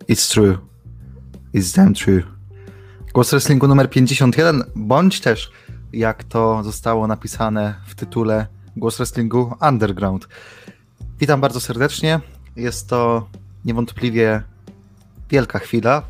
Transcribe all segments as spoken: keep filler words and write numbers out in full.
It's true. It's damn true. Głos wrestlingu numer pięćdziesiąt jeden, bądź też, jak to zostało napisane w tytule, Głos wrestlingu Underground. Witam bardzo serdecznie. Jest to niewątpliwie wielka chwila.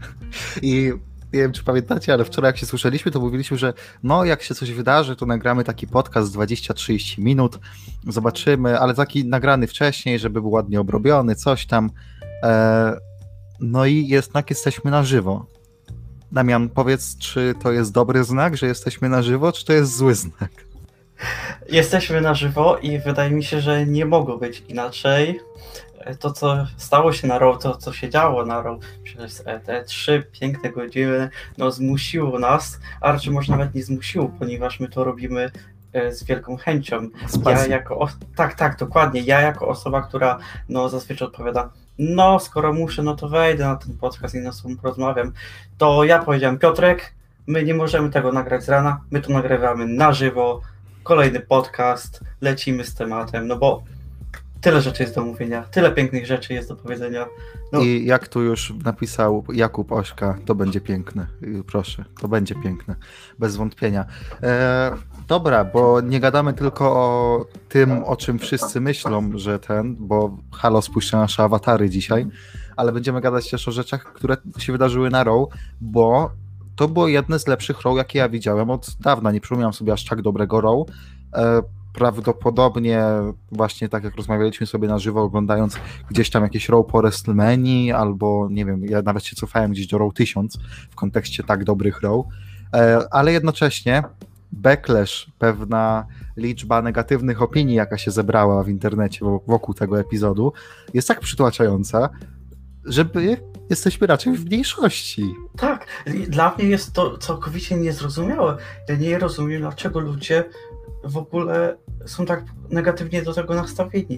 I nie wiem, czy pamiętacie, ale wczoraj jak się słyszeliśmy, to mówiliśmy, że no jak się coś wydarzy, to nagramy taki podcast dwadzieścia trzydzieści minut, zobaczymy, ale taki nagrany wcześniej, żeby był ładnie obrobiony, coś tam. E, no i jednak jesteśmy na żywo. Damian, powiedz, czy to jest dobry znak, że jesteśmy na żywo, czy to jest zły znak? Jesteśmy na żywo i wydaje mi się, że nie mogło być inaczej. To, co stało się na Raw, to, co się działo na Raw przez te trzy piękne godziny, no zmusiło nas, a raczej może nawet nie zmusiło, ponieważ my to robimy z wielką chęcią. Ja jako, tak, tak, dokładnie. Ja jako osoba, która no zazwyczaj odpowiada, no skoro muszę, no to wejdę na ten podcast i na sobą porozmawiam, to ja powiedziałem, Piotrek, my nie możemy tego nagrać z rana, my to nagrywamy na żywo, kolejny podcast, lecimy z tematem, no bo tyle rzeczy jest do mówienia, tyle pięknych rzeczy jest do powiedzenia. No. I jak tu już napisał Jakub Ośka, to będzie piękne. Proszę, to będzie piękne. Bez wątpienia. E, dobra, bo nie gadamy tylko o tym, o czym wszyscy myślą, że ten, bo halo, spójrzcie na nasze awatary dzisiaj, ale będziemy gadać też o rzeczach, które się wydarzyły na Raw, bo to było jedne z lepszych Raw, jakie ja widziałem od dawna. Nie przypominam sobie aż tak dobrego Raw. E, Prawdopodobnie właśnie tak jak rozmawialiśmy sobie na żywo, oglądając gdzieś tam jakieś Raw po WrestleManii, albo nie wiem, ja nawet się cofałem gdzieś do Raw tysiąc w kontekście tak dobrych Raw, ale jednocześnie backlash, pewna liczba negatywnych opinii, jaka się zebrała w internecie wokół tego epizodu, jest tak przytłaczająca, że my jesteśmy raczej w mniejszości. Tak, dla mnie jest to całkowicie niezrozumiałe. Ja nie rozumiem, dlaczego ludzie w ogóle są tak negatywnie do tego nastawieni.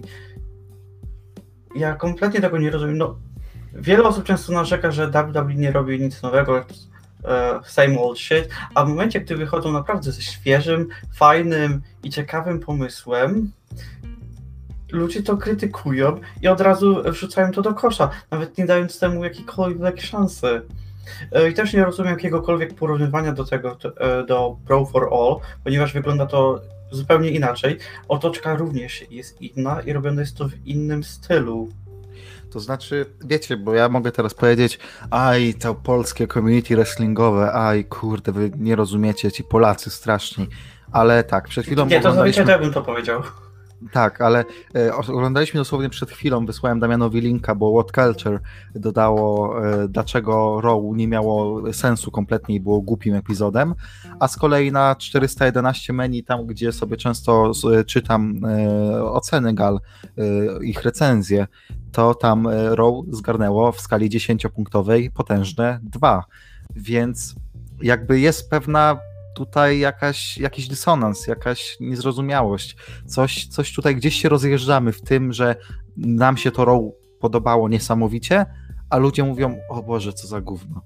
Ja kompletnie tego nie rozumiem. No, wiele osób często narzeka, że W W E nie robi nic nowego, uh, same old shit, a w momencie, gdy wychodzą naprawdę ze świeżym, fajnym i ciekawym pomysłem, ludzie to krytykują i od razu wrzucają to do kosza, nawet nie dając temu jakiejkolwiek szansy. I też nie rozumiem jakiegokolwiek porównywania do tego, do Pro for All, ponieważ wygląda to zupełnie inaczej. Otoczka również jest inna i robione jest to w innym stylu. To znaczy, wiecie, bo ja mogę teraz powiedzieć, aj, to polskie community wrestlingowe, aj, kurde, wy nie rozumiecie, ci Polacy straszni, ale tak, przed chwilą Nie, to oglądaliśmy... ja bym to powiedział. Tak, ale e, oglądaliśmy dosłownie przed chwilą, wysłałem Damianowi linka, bo What Culture dodało, e, dlaczego Raw nie miało sensu kompletnie i było głupim epizodem, a z kolei na czterysta jedenaście menu, tam gdzie sobie często e, czytam e, oceny gal, e, ich recenzje, to tam e, Raw zgarnęło w skali dziesięciopunktowej potężne dwa, więc jakby jest pewna tutaj jakaś, jakiś dysonans, jakaś niezrozumiałość. Coś, coś tutaj gdzieś się rozjeżdżamy w tym, że nam się to Raw podobało niesamowicie, a ludzie mówią, o Boże, co za gówno.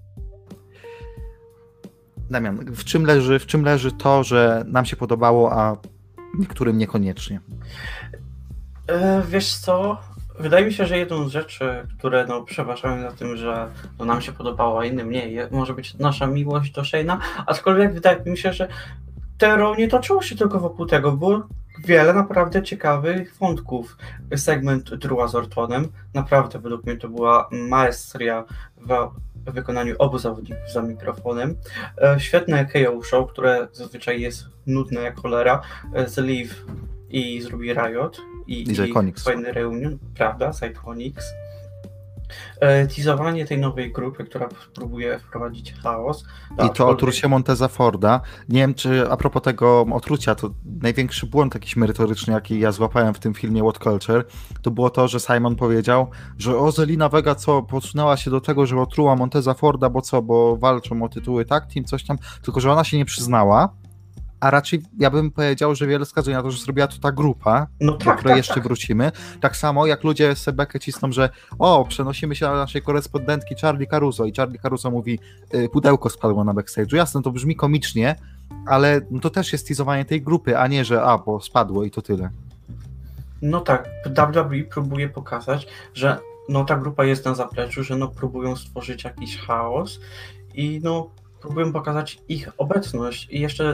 Damian, w czym leży, w czym leży to, że nam się podobało, a niektórym niekoniecznie? E, wiesz co? Wydaje mi się, że jedną z rzeczy, które no, przeważają na tym, że no, nam się podobało, a innym nie, może być nasza miłość do Shane'a, aczkolwiek wydaje mi się, że te Raw nie toczyło się tylko wokół tego, było wiele naprawdę ciekawych wątków. Segment Drewa z Ortonem, naprawdę według mnie to była maestria w wykonaniu obu zawodników za mikrofonem. Świetne K O show, które zazwyczaj jest nudne jak cholera, z Liv i zrobi Riot i, I, i fajny reunion, prawda, z Iconics. E, teasowanie tej nowej grupy, która próbuje wprowadzić chaos. I to człowiek... otrucie Monteza Forda. Nie wiem, czy a propos tego otrucia, to największy błąd jakiś merytoryczny, jaki ja złapałem w tym filmie What Culture, to było to, że Simon powiedział, że o, Zelina Vega co, posunęła się do tego, że otruła Monteza Forda, bo co, bo walczą o tytuły tag team, coś tam, tylko że ona się nie przyznała, a raczej ja bym powiedział, że wiele wskazuje na to, że zrobiła to ta grupa, no do tak, której tak, jeszcze tak. wrócimy. Tak samo jak ludzie Sebekę cisną, że o, przenosimy się na naszej korespondentki Charlie Caruso i Charlie Caruso mówi, y, pudełko spadło na backstage'u. Jasne, to brzmi komicznie, ale no to też jest teasowanie tej grupy, a nie, że a, bo spadło i to tyle. No tak, W W E próbuje pokazać, że no ta grupa jest na zapleczu, że no próbują stworzyć jakiś chaos i no próbują pokazać ich obecność. I jeszcze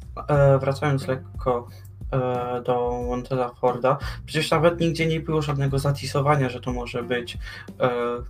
e, wracając lekko e, do Monteza Forda, przecież nawet nigdzie nie było żadnego zatisowania, że to może być e,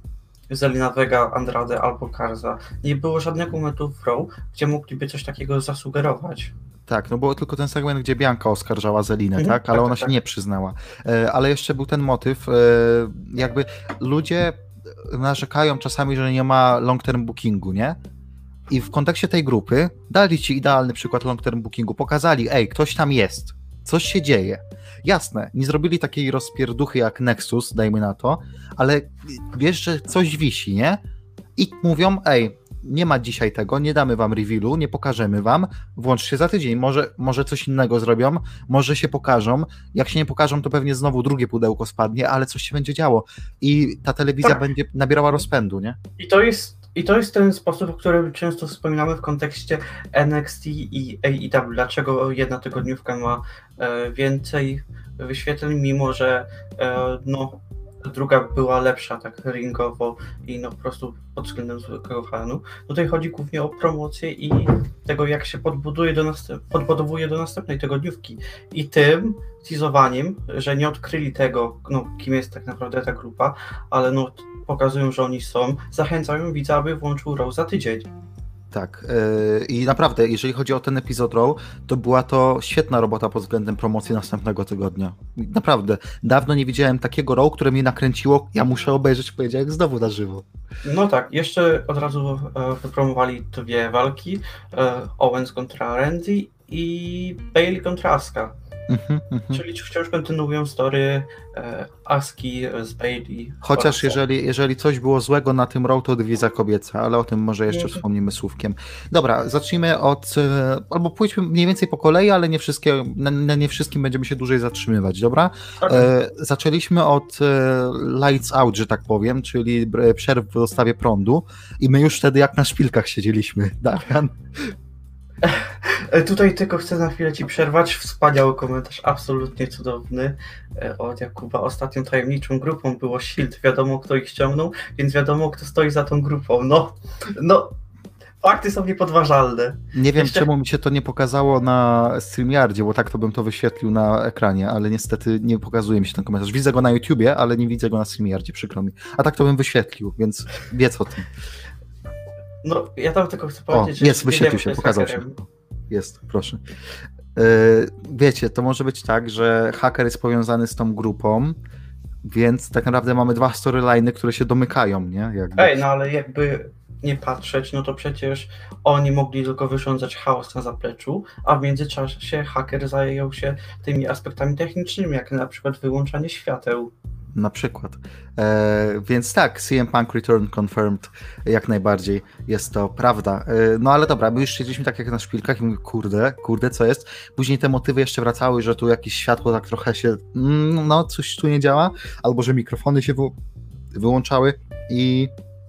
Zelina Vega, Andrade albo Garza. Nie było żadnego momentu w Raw, gdzie mogliby coś takiego zasugerować. Tak, no było tylko ten segment, gdzie Bianca oskarżała Zelinę, Mhm, tak? Ale tak, ona tak, się tak. nie przyznała. E, ale jeszcze był ten motyw, e, jakby ludzie narzekają czasami, że nie ma long-term bookingu, nie? I w kontekście tej grupy dali ci idealny przykład long-term bookingu. Pokazali, ej, ktoś tam jest, coś się dzieje. Jasne, nie zrobili takiej rozpierduchy jak Nexus, dajmy na to, ale wiesz, że coś wisi, nie? I mówią, ej, nie ma dzisiaj tego, nie damy wam revealu, nie pokażemy wam, włączcie za tydzień, może, może coś innego zrobią, może się pokażą, jak się nie pokażą, to pewnie znowu drugie pudełko spadnie, ale coś się będzie działo i ta telewizja Tak. będzie nabierała rozpędu, nie? I to jest, i to jest ten sposób, o którym często wspominamy w kontekście N X T i A E W. Dlaczego jedna tygodniówka ma e, więcej wyświetleń, mimo że e, no, druga była lepsza tak ringowo i no po prostu pod względem zwykłego fanu. Tutaj chodzi głównie o promocję i tego, jak się podbuduje do następ- podbudowuje do następnej tygodniówki. I tym teasowaniem, że nie odkryli tego, no, kim jest tak naprawdę ta grupa, ale no pokazują, że oni są, zachęcają widza, aby włączył Raw za tydzień. Tak. Yy, I naprawdę, jeżeli chodzi o ten epizod Raw, to była to świetna robota pod względem promocji następnego tygodnia. Naprawdę. Dawno nie widziałem takiego Raw, które mnie nakręciło. Ja muszę obejrzeć poniedziałek znowu na żywo. No tak, jeszcze od razu e, wypromowali dwie walki. E, Owens kontra Randy i Bayley kontra Asuka. Mhm, mhm. Czyli wciąż kontynuują story e, Aski z Bayley. Chociaż jeżeli, jeżeli coś było złego na tym Raw, to dywizja kobieca, ale o tym może jeszcze Mhm. wspomnimy słówkiem. Dobra, zacznijmy od, e, albo pójdźmy mniej więcej po kolei, ale nie wszystkie, na, na nie wszystkim będziemy się dłużej zatrzymywać, dobra? Tak. E, zaczęliśmy od e, lights out, że tak powiem, czyli br- przerw w dostawie prądu i my już wtedy jak na szpilkach siedzieliśmy, Damian. E, Tutaj tylko chcę na chwilę Ci przerwać. Wspaniały komentarz, absolutnie cudowny e, od Jakuba. Ostatnią tajemniczą grupą było Shield. Wiadomo, kto ich ściągnął, więc wiadomo, kto stoi za tą grupą. No, no, fakty są niepodważalne. Nie wiem, Jeszcze- czemu mi się to nie pokazało na StreamYardzie, bo tak to bym to wyświetlił na ekranie, ale niestety nie pokazuje mi się ten komentarz. Widzę go na YouTubie, ale nie widzę go na StreamYardzie, przykro mi. A tak to bym wyświetlił, więc wiedz o tym. No, ja tam tylko chcę O, powiedzieć, że... jest, wyświetlił wiedziałem, się, kto jest pokazał się. hakerem. Jest, proszę. Yy, wiecie, to może być tak, że haker jest powiązany z tą grupą, więc tak naprawdę mamy dwa storyliny, które się domykają, nie? Jakby. Ej, no ale jakby nie patrzeć, no to przecież oni mogli tylko wyrządzać chaos na zapleczu, a w międzyczasie haker zajął się tymi aspektami technicznymi, jak na przykład wyłączanie świateł. Na przykład. E, więc tak, C M Punk Return Confirmed, jak najbardziej jest to prawda. E, no ale dobra, my już siedzieliśmy tak jak na szpilkach i mówię, kurde, kurde, co jest? Później te motywy jeszcze wracały, że tu jakieś światło tak trochę się, mm, no coś tu nie działa, albo że mikrofony się wy, wyłączały i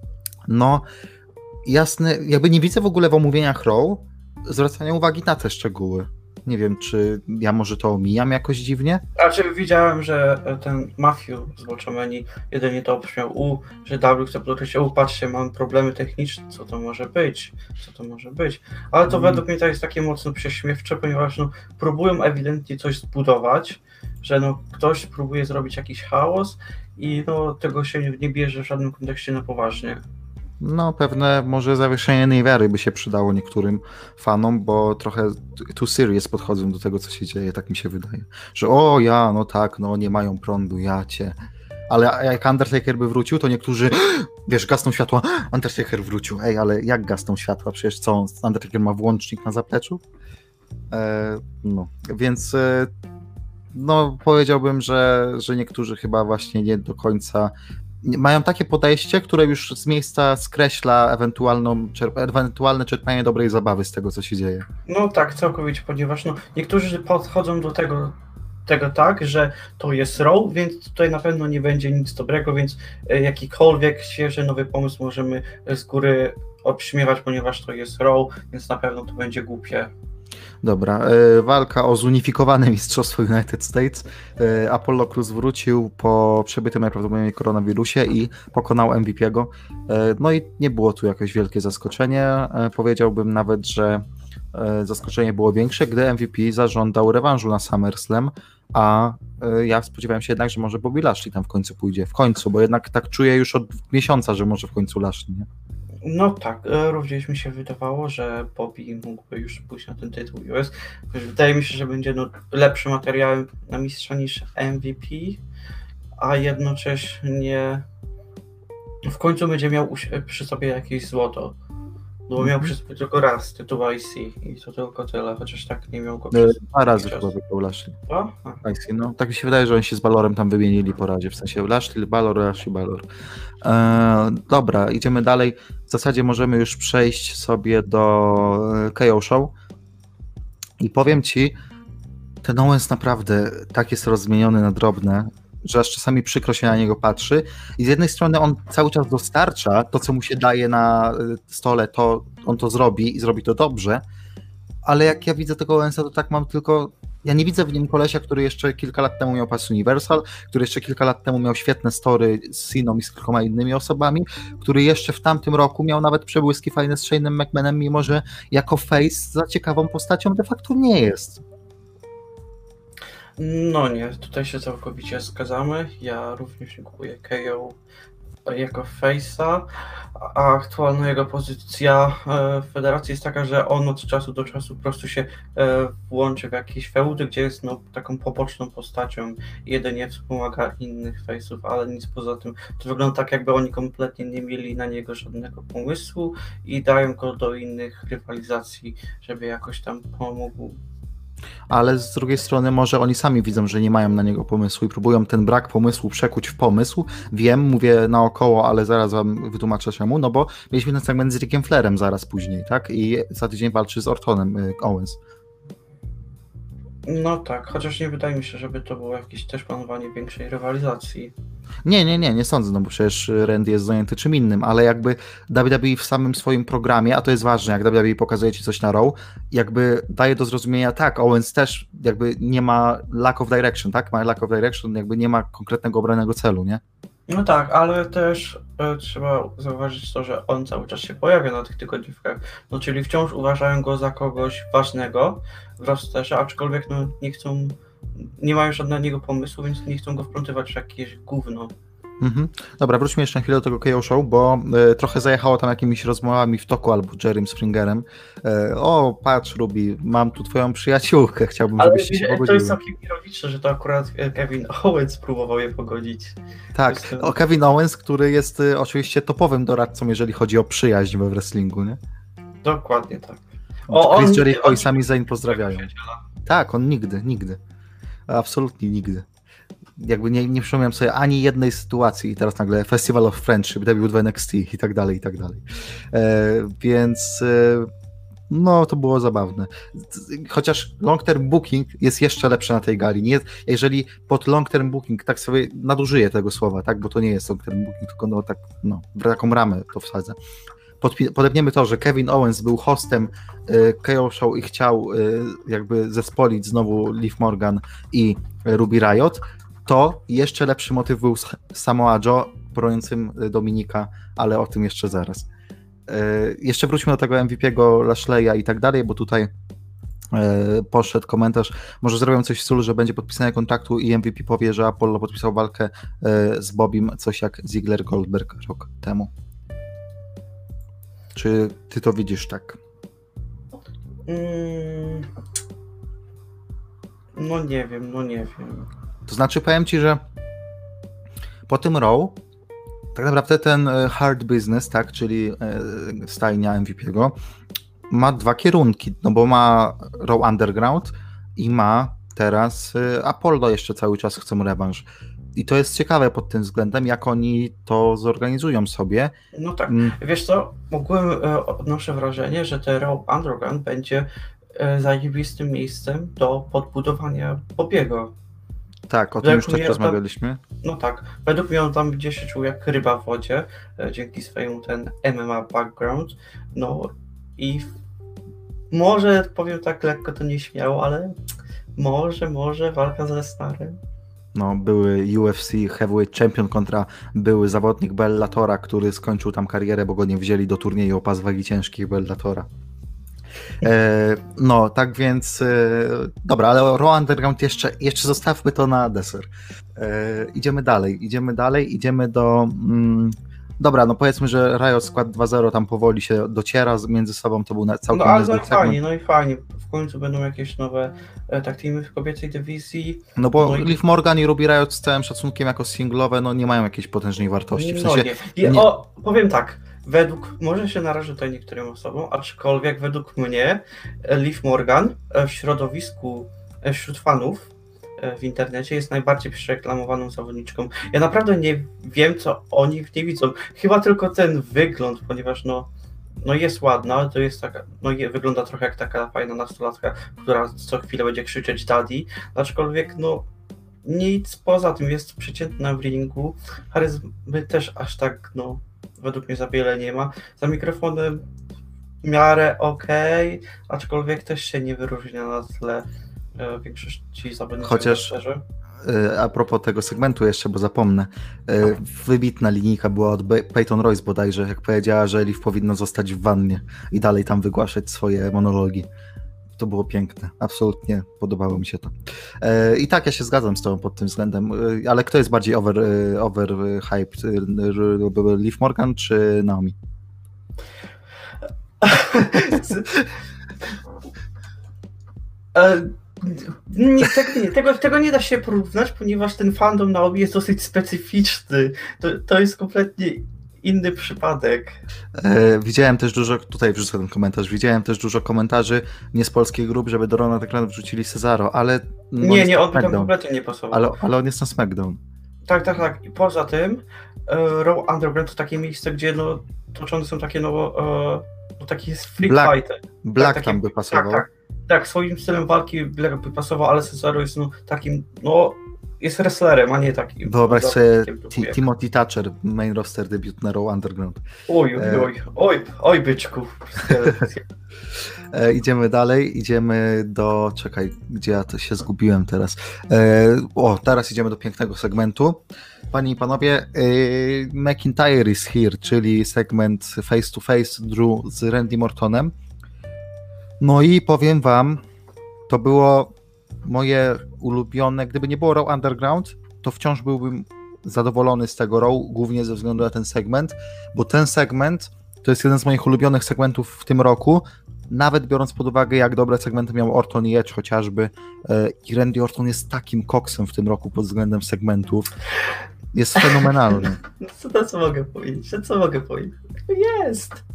no jasne, jakby nie widzę w ogóle w omówieniach Raw zwracania uwagi na te szczegóły. Nie wiem, czy ja może to omijam jakoś dziwnie? A czy widziałem, że ten Matthew z Watchomeni jedynie to obśmiał u, że W chce podkreślić, u patrzcie, mam problemy techniczne, co to może być, co to może być. Ale to Mm. według mnie to jest takie mocno prześmiewcze, ponieważ no, próbują ewidentnie coś zbudować, że no, ktoś próbuje zrobić jakiś chaos i no, tego się nie bierze w żadnym kontekście na poważnie. No, pewne może zawieszenie wiary by się przydało niektórym fanom, bo trochę too serious podchodzą do tego, co się dzieje, tak mi się wydaje. Że o ja, no tak, no nie mają prądu, ja cię. Ale jak Undertaker by wrócił, to niektórzy, wiesz, gasną światła, Undertaker wrócił. Ej, ale jak gasną światła? Przecież co, Undertaker ma włącznik na zapleczu? E, no, więc e, no powiedziałbym, że, że niektórzy chyba właśnie nie do końca mają takie podejście, które już z miejsca skreśla ewentualną, czerp- ewentualne czerpanie dobrej zabawy z tego, co się dzieje. No tak, całkowicie, ponieważ no, niektórzy podchodzą do tego, tego tak, że to jest Raw, więc tutaj na pewno nie będzie nic dobrego, więc e, jakikolwiek świeży, nowy pomysł możemy z góry obśmiewać, ponieważ to jest Raw, więc na pewno to będzie głupie. Dobra, e, walka o zunifikowane mistrzostwo United States. E, Apollo Crews wrócił po przebytym najprawdopodobniej koronawirusie i pokonał M V P'ego. E, no i nie było tu jakieś wielkie zaskoczenie. E, powiedziałbym nawet, że e, zaskoczenie było większe, gdy M V P zażądał rewanżu na SummerSlam, a e, ja spodziewałem się jednak, że może Bobby Lashley tam w końcu pójdzie. W końcu, bo jednak tak czuję już od miesiąca, że może w końcu Lashley, nie? No tak, e, również mi się wydawało, że Bobby mógłby już pójść na ten tytuł U S. Wydaje mi się, że będzie no, lepszy materiał na mistrza niż M V P, a jednocześnie w końcu będzie miał przy sobie jakieś złoto. No bo miał przy sobie tylko raz tytuł I C i to tylko tyle, chociaż tak nie miał go przez Dwa razy chyba wygrał Lashley. A? A. I C, no. Tak mi się wydaje, że oni się z Balorem tam wymienili po razie, w sensie Lashley, Balor, Lashley, Balor. Eee, dobra, idziemy dalej. W zasadzie możemy już przejść sobie do K O Show i powiem ci, ten Owens naprawdę tak jest rozmieniony na drobne, że aż czasami przykro się na niego patrzy i z jednej strony on cały czas dostarcza to, co mu się daje na stole, to on to zrobi i zrobi to dobrze, ale jak ja widzę tego Owensa, to tak mam tylko, ja nie widzę w nim kolesia, który jeszcze kilka lat temu miał pas Universal, który jeszcze kilka lat temu miał świetne story z Siną i z kilkoma innymi osobami, który jeszcze w tamtym roku miał nawet przebłyski fajne z Shane'em McMahonem, mimo że jako face za ciekawą postacią de facto nie jest. No nie, tutaj się całkowicie zgadzamy. Ja również nie kupuję K O jako face'a, a aktualna jego pozycja w federacji jest taka, że on od czasu do czasu po prostu się włączy w jakieś feudy, gdzie jest no, taką poboczną postacią i jedynie wspomaga innych face'ów, ale nic poza tym. To wygląda tak, jakby oni kompletnie nie mieli na niego żadnego pomysłu i dają go do innych rywalizacji, żeby jakoś tam pomógł. Ale z drugiej strony może oni sami widzą, że nie mają na niego pomysłu i próbują ten brak pomysłu przekuć w pomysł. Wiem, mówię naokoło, ale zaraz wam wytłumaczę czemu, no bo mieliśmy ten segment z Rickiem Flairem zaraz później, tak? I za tydzień walczy z Ortonem Owens. No tak, chociaż nie wydaje mi się, żeby to było jakieś też planowanie większej rywalizacji. Nie, nie, nie, nie sądzę, no bo przecież Randy jest zajęty czym innym, ale jakby W W E w samym swoim programie, a to jest ważne, jak W W E pokazuje ci coś na Raw, jakby daje do zrozumienia, tak, Owens też jakby nie ma lack of direction, tak, ma lack of direction, jakby nie ma konkretnego obranego celu, nie? No tak, ale też e, trzeba zauważyć to, że on cały czas się pojawia na tych tygodniówkach, no czyli wciąż uważają go za kogoś ważnego w rosterze, aczkolwiek no nie chcą, nie mają żadnego pomysłu, więc nie chcą go wplątywać w jakieś gówno. Mhm. Dobra, wróćmy jeszcze na chwilę do tego K O Show, bo y, trochę zajechało tam jakimiś rozmowami w toku albo Jerrym Springerem. Y, o, patrz Ruby, mam tu twoją przyjaciółkę, chciałbym, Ale żebyście się pogodziły. to jest całkiem ironiczne, że to akurat Kevin Owens próbował je pogodzić. Tak, Jestem... o Kevin Owens, który jest y, oczywiście topowym doradcą, jeżeli chodzi o przyjaźń we wrestlingu, nie? Dokładnie tak. O, Chris Jericho i Sami Zayn pozdrawiają. Tak, on nigdy, nigdy. Absolutnie nigdy. Jakby nie, nie przypomniałem sobie ani jednej sytuacji i teraz nagle Festival of Friendship, debiut w N X T i tak dalej, i tak dalej. E, więc e, no to było zabawne. Chociaż long term booking jest jeszcze lepszy na tej gali. Nie, jeżeli pod long term booking, tak sobie nadużyję tego słowa, tak, bo to nie jest long term booking, tylko no tak, no, w taką ramę to wsadzę. Podepniemy to, że Kevin Owens był hostem y, K O Show i chciał y, jakby zespolić znowu Liv Morgan i Ruby Riott, to jeszcze lepszy motyw był z Samoa Joe broniącym Dominika, ale o tym jeszcze zaraz. Y, jeszcze wróćmy do tego M V P'ego, Lashleya i tak dalej, bo tutaj y, poszedł komentarz, może zrobią coś w stylu, że będzie podpisanie kontraktu i M V P powie, że Apollo podpisał walkę y, z Bobim, coś jak Ziggler Goldberg rok temu. Czy ty to widzisz tak? Mm, no nie wiem, no nie wiem. To znaczy powiem ci, że po tym Raw tak naprawdę ten hard business, tak, czyli stajnia M V P'ego ma dwa kierunki, no bo ma Raw Underground i ma teraz Apollo jeszcze cały czas chcą rewanż. I to jest ciekawe pod tym względem, jak oni to zorganizują sobie. No tak, mm. Wiesz co, mogłem, e, odnoszę wrażenie, że ten Raw Underground będzie e, zajebistym miejscem do podbudowania Bobiego. Tak, o tym już też rozmawialiśmy. Tam, no tak, według mnie on tam będzie się czuł jak ryba w wodzie, e, dzięki swojemu ten M M A background, no i może powiem tak lekko, to nie śmiało, ale może, może walka z Lesnarem. No, były U F C Heavyweight Champion kontra były zawodnik Bellatora, który skończył tam karierę, bo go nie wzięli do turnieju o pas wagi ciężkich Bellatora. E, no, tak więc e, dobra, ale Raw Underground jeszcze, jeszcze zostawmy to na deser. E, idziemy dalej, idziemy dalej, idziemy do... Mm, dobra, no powiedzmy, że Riot Squad dwa zero tam powoli się dociera między sobą, to był na całkiem No ale niezły no i fajnie, segment. no i fajnie. W końcu będą jakieś nowe e, tag teamy w kobiecej dywizji. No bo No i- Liv Morgan i Ruby Riot z całym szacunkiem jako singlowe, no nie mają jakiejś potężnej wartości. W No sensie, nie. I, nie- O, powiem tak, według, może się narażę tutaj niektórym osobom, aczkolwiek według mnie e, Liv Morgan e, w środowisku, e, wśród fanów e, w internecie jest najbardziej przereklamowaną zawodniczką. Ja naprawdę nie wiem, co oni w niej widzą. Chyba tylko ten wygląd, ponieważ no, no jest ładna, ale to jest taka, no je, wygląda trochę jak taka fajna nastolatka, która co chwilę będzie krzyczeć daddy, aczkolwiek no nic poza tym, jest przeciętna w ringu, charyzmy też aż tak, no, według mnie za wiele nie ma. Za mikrofonem w miarę okej, aczkolwiek też się nie wyróżnia na tle e, większości zawodników. Chociaż- Szczerze. e, a propos tego segmentu jeszcze, bo zapomnę, e, wybitna linijka była od Be- Peyton Royce bodajże, jak powiedziała, że Liv powinno zostać w wannie i dalej tam wygłaszać swoje monologi. To było piękne, absolutnie podobało mi się to. E, I tak, ja się zgadzam z tobą pod tym względem, e, ale kto jest bardziej over, e, over e, hyped, e, Liv Morgan czy Naomi? E, nie, tego, nie, tego, tego nie da się porównać, ponieważ ten fandom Naomi jest dosyć specyficzny. To, to jest kompletnie inny przypadek. E, widziałem też dużo, tutaj wrzucę ten komentarz, widziałem też dużo komentarzy nie z polskich grup, żeby do Ronald Ekranu wrzucili Cesaro, ale... no, Nie, jest nie, na on by tam SmackDown. kompletnie nie pasował. ale, ale on jest na SmackDown. Tak, tak, tak. I poza tym e, Raw Underground to takie miejsce, gdzie no, toczone są takie no, e, no taki jest freak Black- fighter. Black tak, tam takie- by pasował. Tak, tak. Tak, swoim stylem walki Black by pasował, ale Cesaro jest no takim, no jest wrestlerem, a nie takim. Wyobraź no, sobie takim typu Ti- jak- Timothy Thatcher, main roster debiut na Raw Underground. Oj, oj, e, oj, oj, oj, byczku. E, idziemy dalej, idziemy do... Czekaj, gdzie ja to się zgubiłem teraz. E, o, teraz idziemy do pięknego segmentu. Panie i panowie, e, McIntyre is here, czyli segment face to face Drew z Randy Mortonem. No i powiem wam, to było moje ulubione, gdyby nie było Raw Underground, to wciąż byłbym zadowolony z tego Raw, głównie ze względu na ten segment, bo ten segment to jest jeden z moich ulubionych segmentów w tym roku, nawet biorąc pod uwagę, jak dobre segmenty miał Orton i Edge chociażby. E, I Randy Orton jest takim koksem w tym roku pod względem segmentów. Jest fenomenalny. No co, to, co mogę powiedzieć? No co mogę powiedzieć? No jest!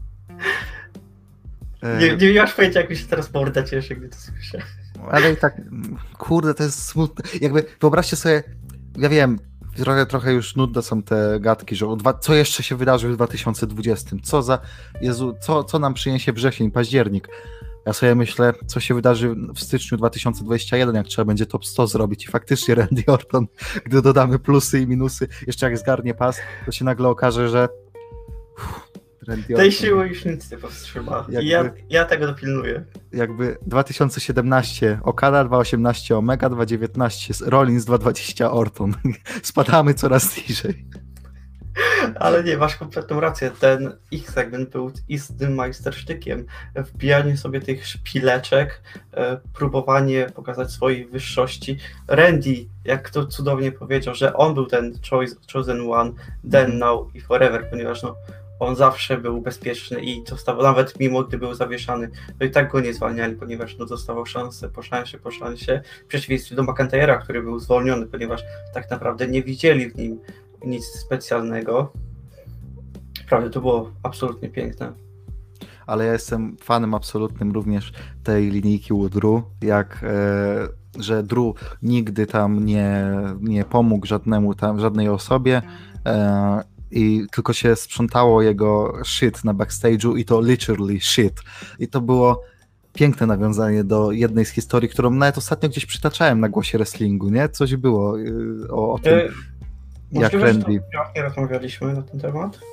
E, Nie, nie masz pojęcia, jak mi się teraz morda cieszy, gdy to słyszę. Ale i tak, kurde, to jest smutne. Jakby wyobraźcie sobie, ja wiem, trochę, trochę już nudne są te gadki, że o dwa, co jeszcze się wydarzy w dwa tysiące dwudziestym? Co za, Jezu, co, co nam przyniesie wrzesień, październik? Ja sobie myślę, co się wydarzy w styczniu dwa tysiące dwudziestym pierwszym, jak trzeba będzie top sto zrobić i faktycznie Randy Orton, gdy dodamy plusy i minusy, jeszcze jak zgarnie pas, to się nagle okaże, że uff, Randy Tej Orton, siły już nic nie powstrzyma. I Jakby- ja, ja tego dopilnuję. jakby dwa tysiące siedemnasty Okada, dwa tysiące osiemnasty Omega, dwa tysiące dziewiętnaście Rollins, dwa tysiące dwudziesty Orton. Spadamy coraz niżej. Ale nie, masz kompletną rację. Ten ich segment był istnym majstersztykiem. Wbijanie sobie tych szpileczek, e, próbowanie pokazać swojej wyższości. Randy, jak to cudownie powiedział, że on był ten choice, chosen one, then, Mhm. now i forever, ponieważ no, on zawsze był bezpieczny i dostawał, nawet mimo gdy był zawieszany, to i tak go nie zwalniali, ponieważ no, dostawał szansę po szansie, po szansie, w przeciwieństwie do McIntyre'a, który był zwolniony, ponieważ tak naprawdę nie widzieli w nim nic specjalnego. Naprawdę to było absolutnie piękne. Ale ja jestem fanem absolutnym również tej linijki u Drew, jak e, że Drew nigdy tam nie, nie pomógł żadnemu tam, żadnej osobie e, i tylko się sprzątało jego shit na backstage'u i to literally shit. I to było piękne nawiązanie do jednej z historii, którą nawet ostatnio gdzieś przytaczałem na głosie wrestlingu, nie? Coś było y, o, o tym, E, jak Możliwe, że Randy... to nie rozmawialiśmy na ten temat.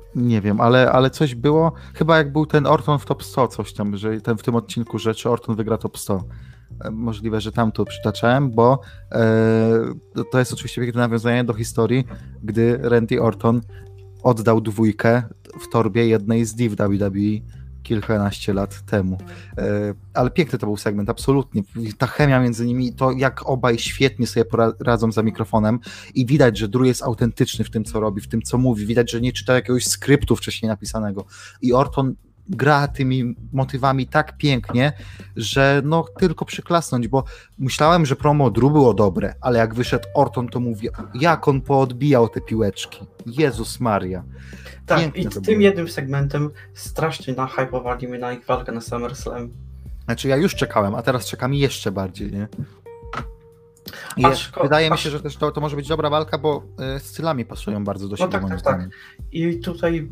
Nie wiem, ale, ale coś było, chyba jak był ten Orton w top sto, coś tam, że ten w tym odcinku, że czy Orton wygra top sto. E, Możliwe, że tam to przytaczałem, bo e, to- to jest oczywiście piękne nawiązanie do historii, gdy Randy Orton oddał dwójkę w torbie jednej z div W W E kilkanaście lat temu. E, ale piękny to był segment, absolutnie. Ta chemia między nimi, to jak obaj świetnie sobie poradzą za mikrofonem i widać, że Drew jest autentyczny w tym, co robi, w tym, co mówi. Widać, że nie czyta jakiegoś skryptu wcześniej napisanego. I Orton gra tymi motywami tak pięknie, że no tylko przyklasnąć, bo myślałem, że promo Drew było dobre, ale jak wyszedł Orton, to mówię, jak on poodbijał te piłeczki. Jezus Maria. Tak, Piękne i to tym było. jednym segmentem strasznie nahypowali mnie na ich walkę na SummerSlam. Znaczy ja już czekałem, a teraz czekam jeszcze bardziej, nie? I Aczko- wydaje mi aż- się, że też to, to może być dobra walka, bo y, stylami pasują bardzo do No siebie, tak, moim tak, tak. zdaniem. I tutaj,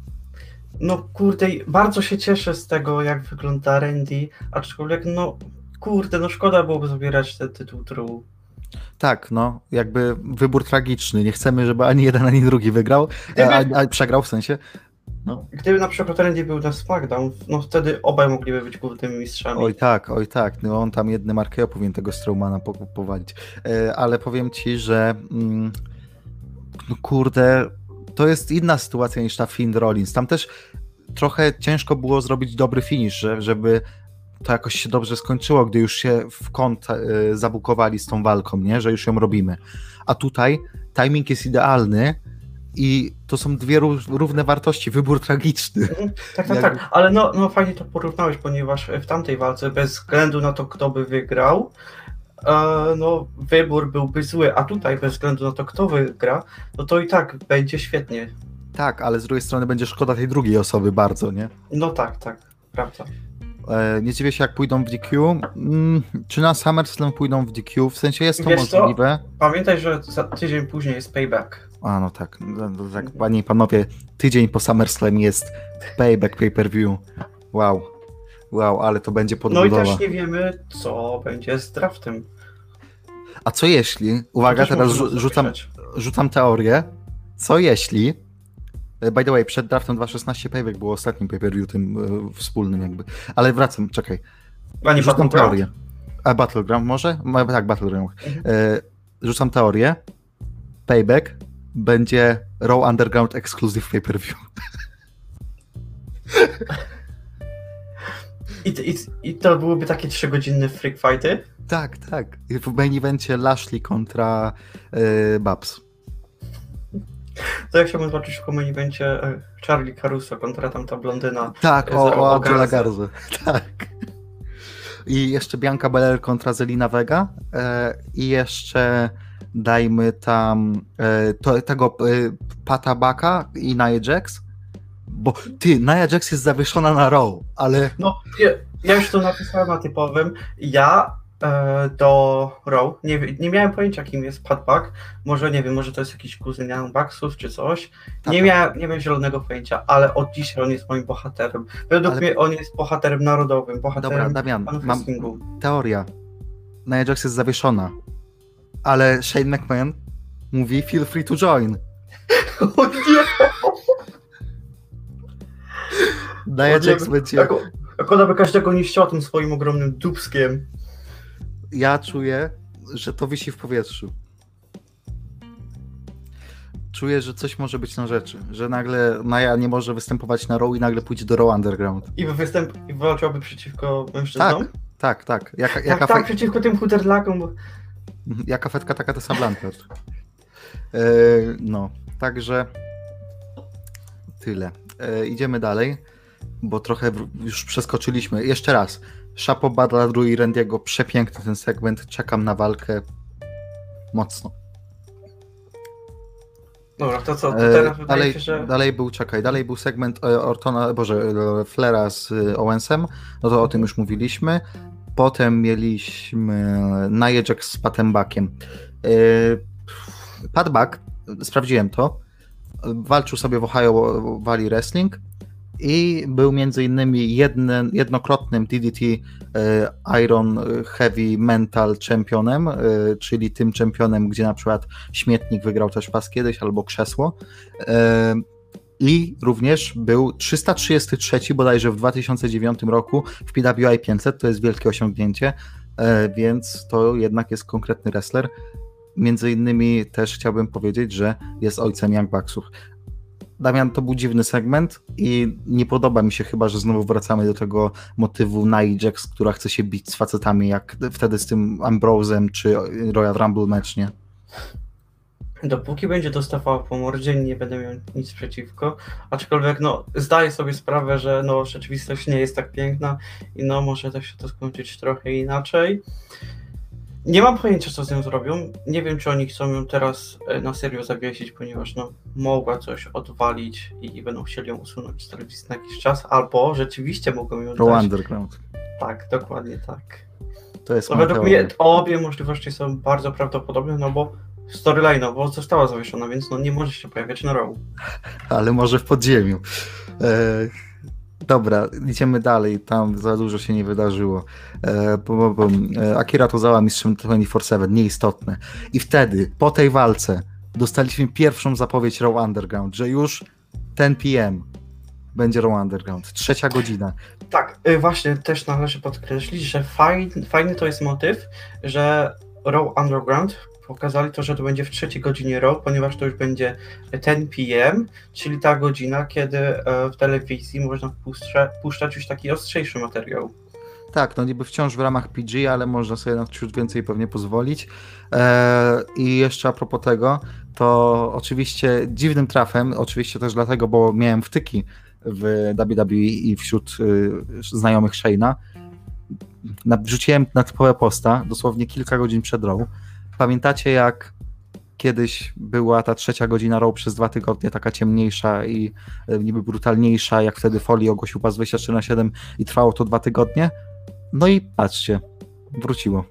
no kurde, bardzo się cieszę z tego, jak wygląda Randy, aczkolwiek no, kurde, no szkoda byłoby zabierać ten tytuł Drew. Tak, no, jakby wybór tragiczny. Nie chcemy, żeby ani jeden, ani drugi wygrał, Gdyby- a, a przegrał w sensie. No. Gdyby na przykład Randy był na SmackDown, no wtedy obaj mogliby być głównymi mistrzami. Oj tak, oj tak, no on tam jednym R K O powinien tego Strowmana po- powalić. E, ale powiem ci, że mm, no kurde, to jest inna sytuacja niż ta Finn Rollins. Tam też trochę ciężko było zrobić dobry finish, że, żeby to jakoś się dobrze skończyło, gdy już się w kąt e, zabukowali z tą walką, nie? Że już ją robimy. A tutaj timing jest idealny i to są dwie ró- równe wartości, wybór tragiczny. Mhm, tak, tak, Jakby- tak, ale no, no fajnie to porównałeś, ponieważ w tamtej walce, bez względu na to, kto by wygrał, e, no wybór byłby zły, a tutaj bez względu na to, kto wygra, no to i tak będzie świetnie. Tak, ale z drugiej strony będzie szkoda tej drugiej osoby bardzo, nie? No tak, tak, prawda. E, nie dziwię się, jak pójdą w D Q. Mm, czy na SummerSlam pójdą w D Q? W sensie jest to Wiesz co? możliwe. Pamiętaj, że za tydzień później jest payback. A no tak, no, no, tak, panie i panowie, tydzień po SummerSlam jest payback pay-per-view. Wow, wow, ale to będzie No i podbudowa. też nie wiemy, co będzie z draftem. A co jeśli, uwaga, To też teraz możemy rzu- rzucam, zapisać. rzucam teorię, co jeśli, e, by the way, przed draftem dwa tysiące szesnaście payback było ostatnim pay-per-view tym e, wspólnym jakby, ale wracam, czekaj, A nie rzucam Battleground? teorię. A Battleground może? Ma- Tak, Battleground. Mhm. E, rzucam teorię, payback będzie Raw Underground Exclusive pay-per-view. I, i, I to byłyby takie trzygodzinne freak fighty? Tak, tak. I w main evencie Lashley kontra e, Babs. To jak chciałbym zobaczyć w main evencie e, Charlie Caruso kontra tamta blondyna. Tak, Z- o, o o Angela Garzę. Garzę. Tak. I jeszcze Bianca Belair kontra Zelina Vega. E, I jeszcze dajmy tam e, to, tego e, Pata Baka i Nia Jax. Bo ty, Nia Jax jest zawieszona na Raw, ale No, ja, ja już to napisałem na typowym. Ja e, do Raw nie, wie- nie miałem pojęcia, kim jest Pat Buck. Może nie wiem, może to jest jakiś kuzyn Young Bucksów czy coś. Nie Tata. miałem, nie miałem zielonego pojęcia, ale od dzisiaj on jest moim bohaterem. Według Ale- mnie on jest bohaterem narodowym, dobra, bohaterem Damian, panów mam wrestlingu. teoria. Nia Jax jest zawieszona, ale Shane McMahon mówi feel free to join. O nie! Nia O nie, Jax będzie... Jak, jak ona by każdego niszczyła tym swoim ogromnym dupskiem. Ja czuję, że to wisi w powietrzu. Czuję, że coś może być na rzeczy, że nagle Nia nie może występować na Raw i nagle pójdzie do Raw Underground. I występ, i walczyłaby przeciwko mężczyznom? Tak, tak. Jaka, tak, jaka, tak, fe, przeciwko tym chuderlakom. Bo... jaka fetka, taka to Sablanter. E, no, także tyle. E, idziemy dalej, bo trochę w, już przeskoczyliśmy. Jeszcze raz. Chapeau bas dla Drew i Randy'ego. Przepiękny ten segment. Czekam na walkę mocno. Dobra, to co? To E, teraz wydaje dalej, się, że... dalej był, czekaj, dalej był segment e, Ortona, boże, e, Flera z e, Owensem, no to o tym już mówiliśmy. Potem mieliśmy Nia Jax z Patem Buckiem. E, Pat Buck, sprawdziłem to, walczył sobie w Ohio Valley Wrestling i był między innymi jednym, jednokrotnym D D T e, Iron Heavy Mental Championem, e, czyli tym championem, gdzie na przykład Śmietnik wygrał też pas kiedyś, albo Krzesło. E, I również był trzysta trzydziesty trzeci bodajże w dwa tysiące dziewiątym roku w P W I pięćset, to jest wielkie osiągnięcie, więc to jednak jest konkretny wrestler. Między innymi też chciałbym powiedzieć, że jest ojcem Young Bucksów. Damian, to był dziwny segment i nie podoba mi się chyba, że znowu wracamy do tego motywu Nia Jax, która chce się bić z facetami, jak wtedy z tym Ambrosem czy Royal Rumble match, nie? Dopóki będzie dostawała po mordzie, nie będę miał nic przeciwko, aczkolwiek no zdaję sobie sprawę, że no rzeczywistość nie jest tak piękna i no może też się to skończyć trochę inaczej. Nie mam pojęcia, co z nią zrobią. Nie wiem, czy oni chcą ją teraz na serio zawiesić, ponieważ no mogła coś odwalić i będą chcieli ją usunąć z telewizji na jakiś czas, albo rzeczywiście mogą ją Pro dać. Underground. Tak, dokładnie tak. To jest To według mnie obie możliwości są bardzo prawdopodobne, no bo storyline'owo została zawieszona, więc no nie może się pojawiać na Raw. Ale może w podziemiu. E, dobra, idziemy dalej, tam za dużo się nie wydarzyło. E, bum, bum. E, Akira Tozawa mistrzem dwadzieścia cztery siedem, nieistotne. I wtedy, po tej walce, dostaliśmy pierwszą zapowiedź Raw Underground, że już ten P M będzie Raw Underground, trzecia godzina. Tak, właśnie też należy podkreślić, że fajny, fajny to jest motyw, że Raw Underground pokazali to, że to będzie w trzeciej godzinie Raw, ponieważ to już będzie ten P M, czyli ta godzina, kiedy w telewizji można puszcza, puszczać już taki ostrzejszy materiał. Tak, no niby wciąż w ramach P G, ale można sobie na ciut więcej pewnie pozwolić. Eee, I jeszcze a propos tego, to oczywiście dziwnym trafem, oczywiście też dlatego, bo miałem wtyki w W W E i wśród y, znajomych Shane'a, wrzuciłem na typowe posta dosłownie kilka godzin przed Raw. Pamiętacie, jak kiedyś była ta trzecia godzina Raw przez dwa tygodnie, taka ciemniejsza i y, niby brutalniejsza, jak wtedy Foley ogłosił pas dwadzieścia trzy na siedem i trwało to dwa tygodnie? No i patrzcie, wróciło.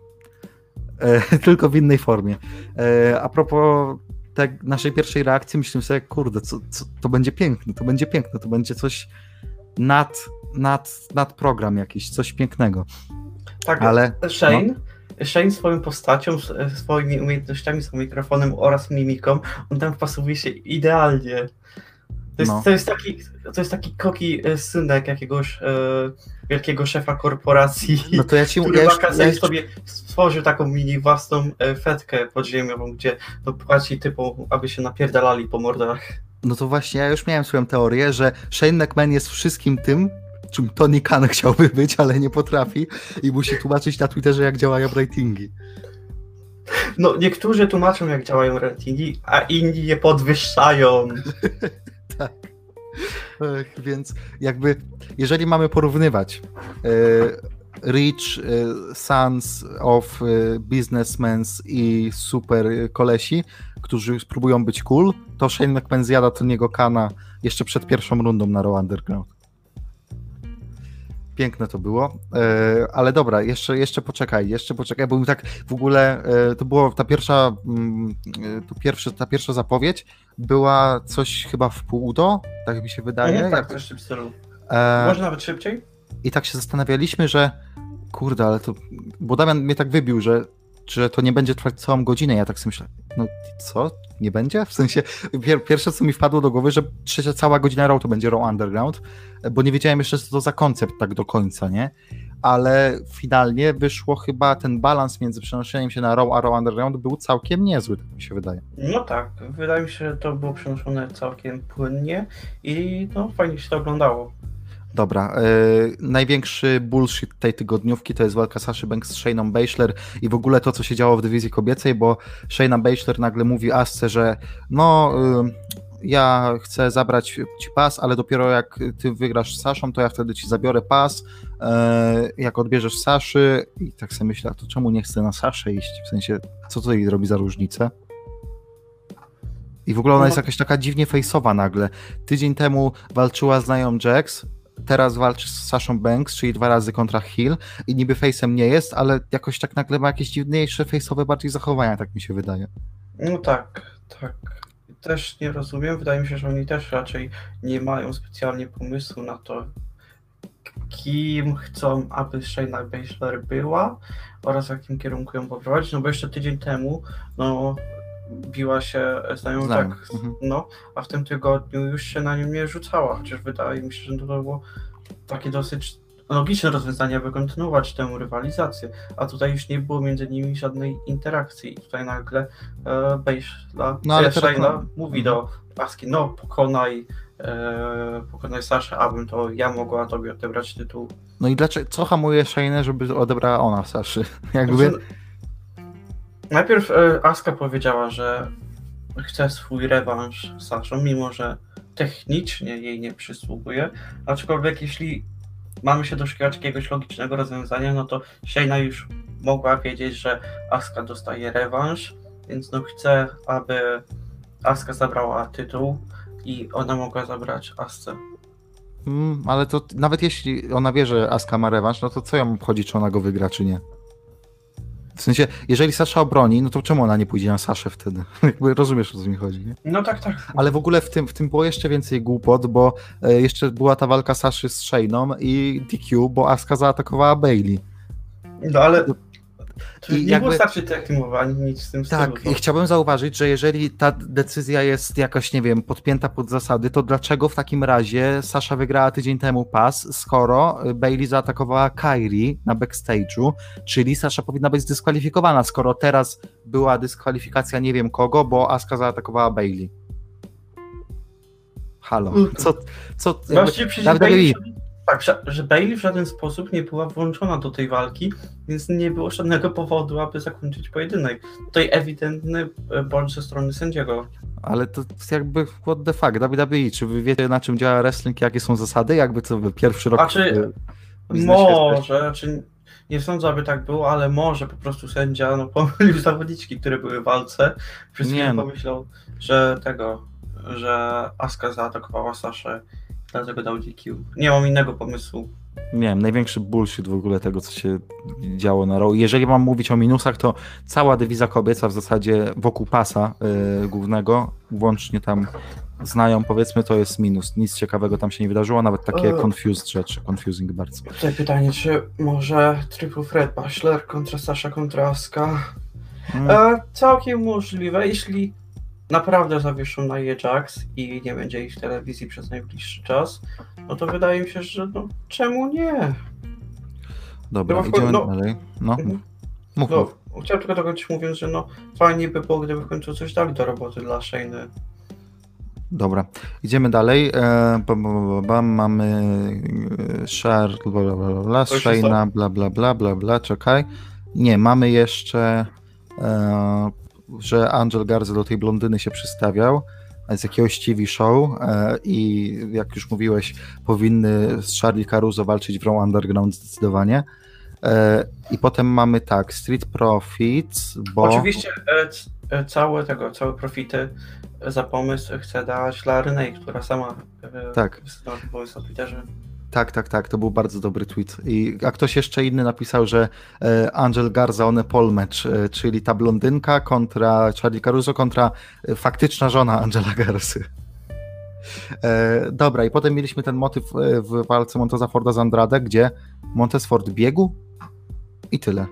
E, tylko w innej formie. E, a propos tak naszej pierwszej reakcji, myślę sobie, kurde, co, co, to będzie piękne, to będzie piękne, to będzie coś nad, nad, nad program jakiś, coś pięknego. Tak, ale Shane, no. Shane swoją postacią, swoimi umiejętnościami, swoim mikrofonem oraz mimiką, on tam wpasowuje się idealnie. To jest, No. to jest taki, to jest taki koki synek jakiegoś e, wielkiego szefa korporacji, No to ja ci który ja ma jeszcze, kasę ja i sobie stworzył taką mini własną e, fetkę podziemiową, gdzie no, płaci typom, aby się napierdalali po mordach. No to właśnie, ja już miałem swoją teorię, że Shane McMahon jest wszystkim tym, czym Tony Khan chciałby być, ale nie potrafi i musi tłumaczyć na Twitterze, jak działają ratingi. No niektórzy tłumaczą, jak działają ratingi, a inni je podwyższają. Tak. Ech, więc jakby, jeżeli mamy porównywać e, Rich e, Sons of e, Businessmen i super kolesi, którzy spróbują być cool, to Shane McMahon zjada Tony'ego Khana jeszcze przed pierwszą rundą na Raw Underground. Piękne to było, e, ale dobra, jeszcze, jeszcze poczekaj, jeszcze poczekaj, bo mi tak w ogóle e, to było ta pierwsza, mm, to pierwszy, ta pierwsza zapowiedź była coś chyba w pół do, tak mi się wydaje. Nie, tak, jak, coś w tym stylu. e, Może nawet szybciej? I tak się zastanawialiśmy, że kurde, ale to, bo Damian mnie tak wybił, że, że to nie będzie trwać całą godzinę, ja tak sobie myślę, no co? Nie będzie? W sensie, pier, pierwsze co mi wpadło do głowy, że trzecia cała godzina Raw to będzie Raw Underground, bo nie wiedziałem jeszcze, co to za koncept tak do końca, nie? Ale finalnie wyszło chyba ten balans między przenoszeniem się na Raw a Raw Underground był całkiem niezły, tak mi się wydaje. No tak, wydaje mi się, że to było przenoszone całkiem płynnie i no fajnie się to oglądało. Dobra, yy, największy bullshit tej tygodniówki to jest walka Saszy Banks z Shayną Baszler i w ogóle to, co się działo w dywizji kobiecej, bo Shayna Baszler nagle mówi Asce, że no, yy, ja chcę zabrać ci pas, ale dopiero jak ty wygrasz z Saszą, to ja wtedy ci zabiorę pas, yy, jak odbierzesz Saszy i tak sobie myślę, a to czemu nie chcę na Saszę iść, w sensie, co to jej robi za różnicę? I w ogóle ona jest jakaś taka dziwnie fejsowa nagle. Tydzień temu walczyła z Nia Jax, teraz walczy z Saszą Banks, czyli dwa razy kontra Hill i niby face'em nie jest, ale jakoś tak nagle ma jakieś dziwniejsze face'owe bardziej zachowania, tak mi się wydaje. No tak, tak. Też nie rozumiem. Wydaje mi się, że oni też raczej nie mają specjalnie pomysłu na to, kim chcą, aby Shayna Baszler była oraz w jakim kierunku ją poprowadzić, no bo jeszcze tydzień temu no biła się z nią Znam. tak, Mhm. no, a w tym tygodniu już się na nią nie rzucała, chociaż wydaje mi się, że to było takie dosyć logiczne rozwiązanie, aby kontynuować tę rywalizację, a tutaj już nie było między nimi żadnej interakcji i tutaj nagle e, Baszla, No, ale e, teraz- Shayna mówi do Aski, no pokonaj, e, pokonaj Saszę, abym to ja mogła tobie odebrać tytuł. No i dlaczego, co hamuje Shayna, żeby odebrała ona Saszy? Jakby... Najpierw e, Aska powiedziała, że chce swój rewanż z Saszą, mimo że technicznie jej nie przysługuje, aczkolwiek jeśli mamy się doszukiwać jakiegoś logicznego rozwiązania, no to Shayna już mogła wiedzieć, że Aska dostaje rewanż, więc no chce, aby Aska zabrała tytuł i ona mogła zabrać Asce. Mm, ale to nawet jeśli ona wie, że Asuka ma rewanż, no to co ją obchodzi, czy ona go wygra, czy nie? W sensie, jeżeli Sasza obroni, no to czemu ona nie pójdzie na Saszę wtedy? Jakby rozumiesz, o co mi chodzi, nie? No tak, tak. Ale w ogóle w tym, w tym było jeszcze więcej głupot, bo e, jeszcze była ta walka Saszy z Shayną i D Q, bo Asuka zaatakowała Bayley. No ale to I nie jakby- było starczy teamu, ani nic w tym Tak, stylu. i chciałbym zauważyć, że jeżeli ta decyzja jest jakoś, nie wiem, podpięta pod zasady, to dlaczego w takim razie Sasza wygrała tydzień temu pas, skoro Bayley zaatakowała Kairi na backstage'u, czyli Sasza powinna być zdyskwalifikowana, skoro teraz była dyskwalifikacja nie wiem kogo, bo Asuka zaatakowała Bayley. Halo, co, co, Właściwie przecież W W E. Bayley, tak, że- że Bayley w żaden sposób nie była włączona do tej walki, więc nie było żadnego powodu, aby zakończyć pojedynek. Tutaj ewidentny błąd ze strony sędziego. Ale to jakby what the fuck, W W E, czy wy wiecie na czym działa wrestling, jakie są zasady? Jakby co wy pierwszy rok... A czy w biznesie jesteście? może, czy nie sądzę, aby tak było, ale może po prostu sędzia no, pomylił zawodniczki, które były w walce. Przez Nie chwilę no. pomyślał, że tego, że Asuka zaatakowała Saszę, dlatego dał D Q. Nie mam innego pomysłu. Nie wiem, największy bullshit w ogóle tego, co się działo na Raw. Jeżeli mam mówić o minusach, to cała dywizja kobieca w zasadzie wokół pasa yy, głównego, włącznie tam znają, powiedzmy, to jest minus. Nic ciekawego tam się nie wydarzyło, nawet takie E. confused rzeczy, confusing bardzo. Tutaj pytanie, czy może Triple Threat Baszler kontra Sasha kontra Asuka? Mm, E, całkiem możliwe, jeśli naprawdę zawieszą na je Jax i nie będzie ich w telewizji przez najbliższy czas, no to wydaje mi się, że no czemu nie? dobra, chyba w idziemy końcu- no. dalej. No, Mhm. mów, mów. No, mów. chciałem tylko dokończyć mówiąc, że no fajnie by było, gdyby w końcu coś dali do roboty dla Shayny. Dobra, idziemy dalej. E, bam, bam, bam, bam, mamy e, Shar, bla, bla, bla, bla, To już Shayna, bla, bla, bla, bla, bla, czekaj. Nie, mamy jeszcze, e, że Angel Garza do tej blondyny się przystawiał z jakiegoś T V show e, i jak już mówiłeś, powinny z Charlie Caruso walczyć w Raw Underground zdecydowanie. E, I potem mamy tak, Street Profits, bo... Oczywiście e, c- e, całe tego, całe profity za pomysł chce dać dla Renee, która sama e, Tak. wysłała pomysł na Twitterze. Tak, tak, tak, to był bardzo dobry tweet. I, a ktoś jeszcze inny napisał, że e, Angel Garza one pole match, e, czyli ta blondynka kontra Charlie Caruso kontra e, faktyczna żona Angela Garsy. E, dobra, i potem mieliśmy ten motyw e, w walce Monteza Forda z Andrade, gdzie Montez Ford biegł i tyle.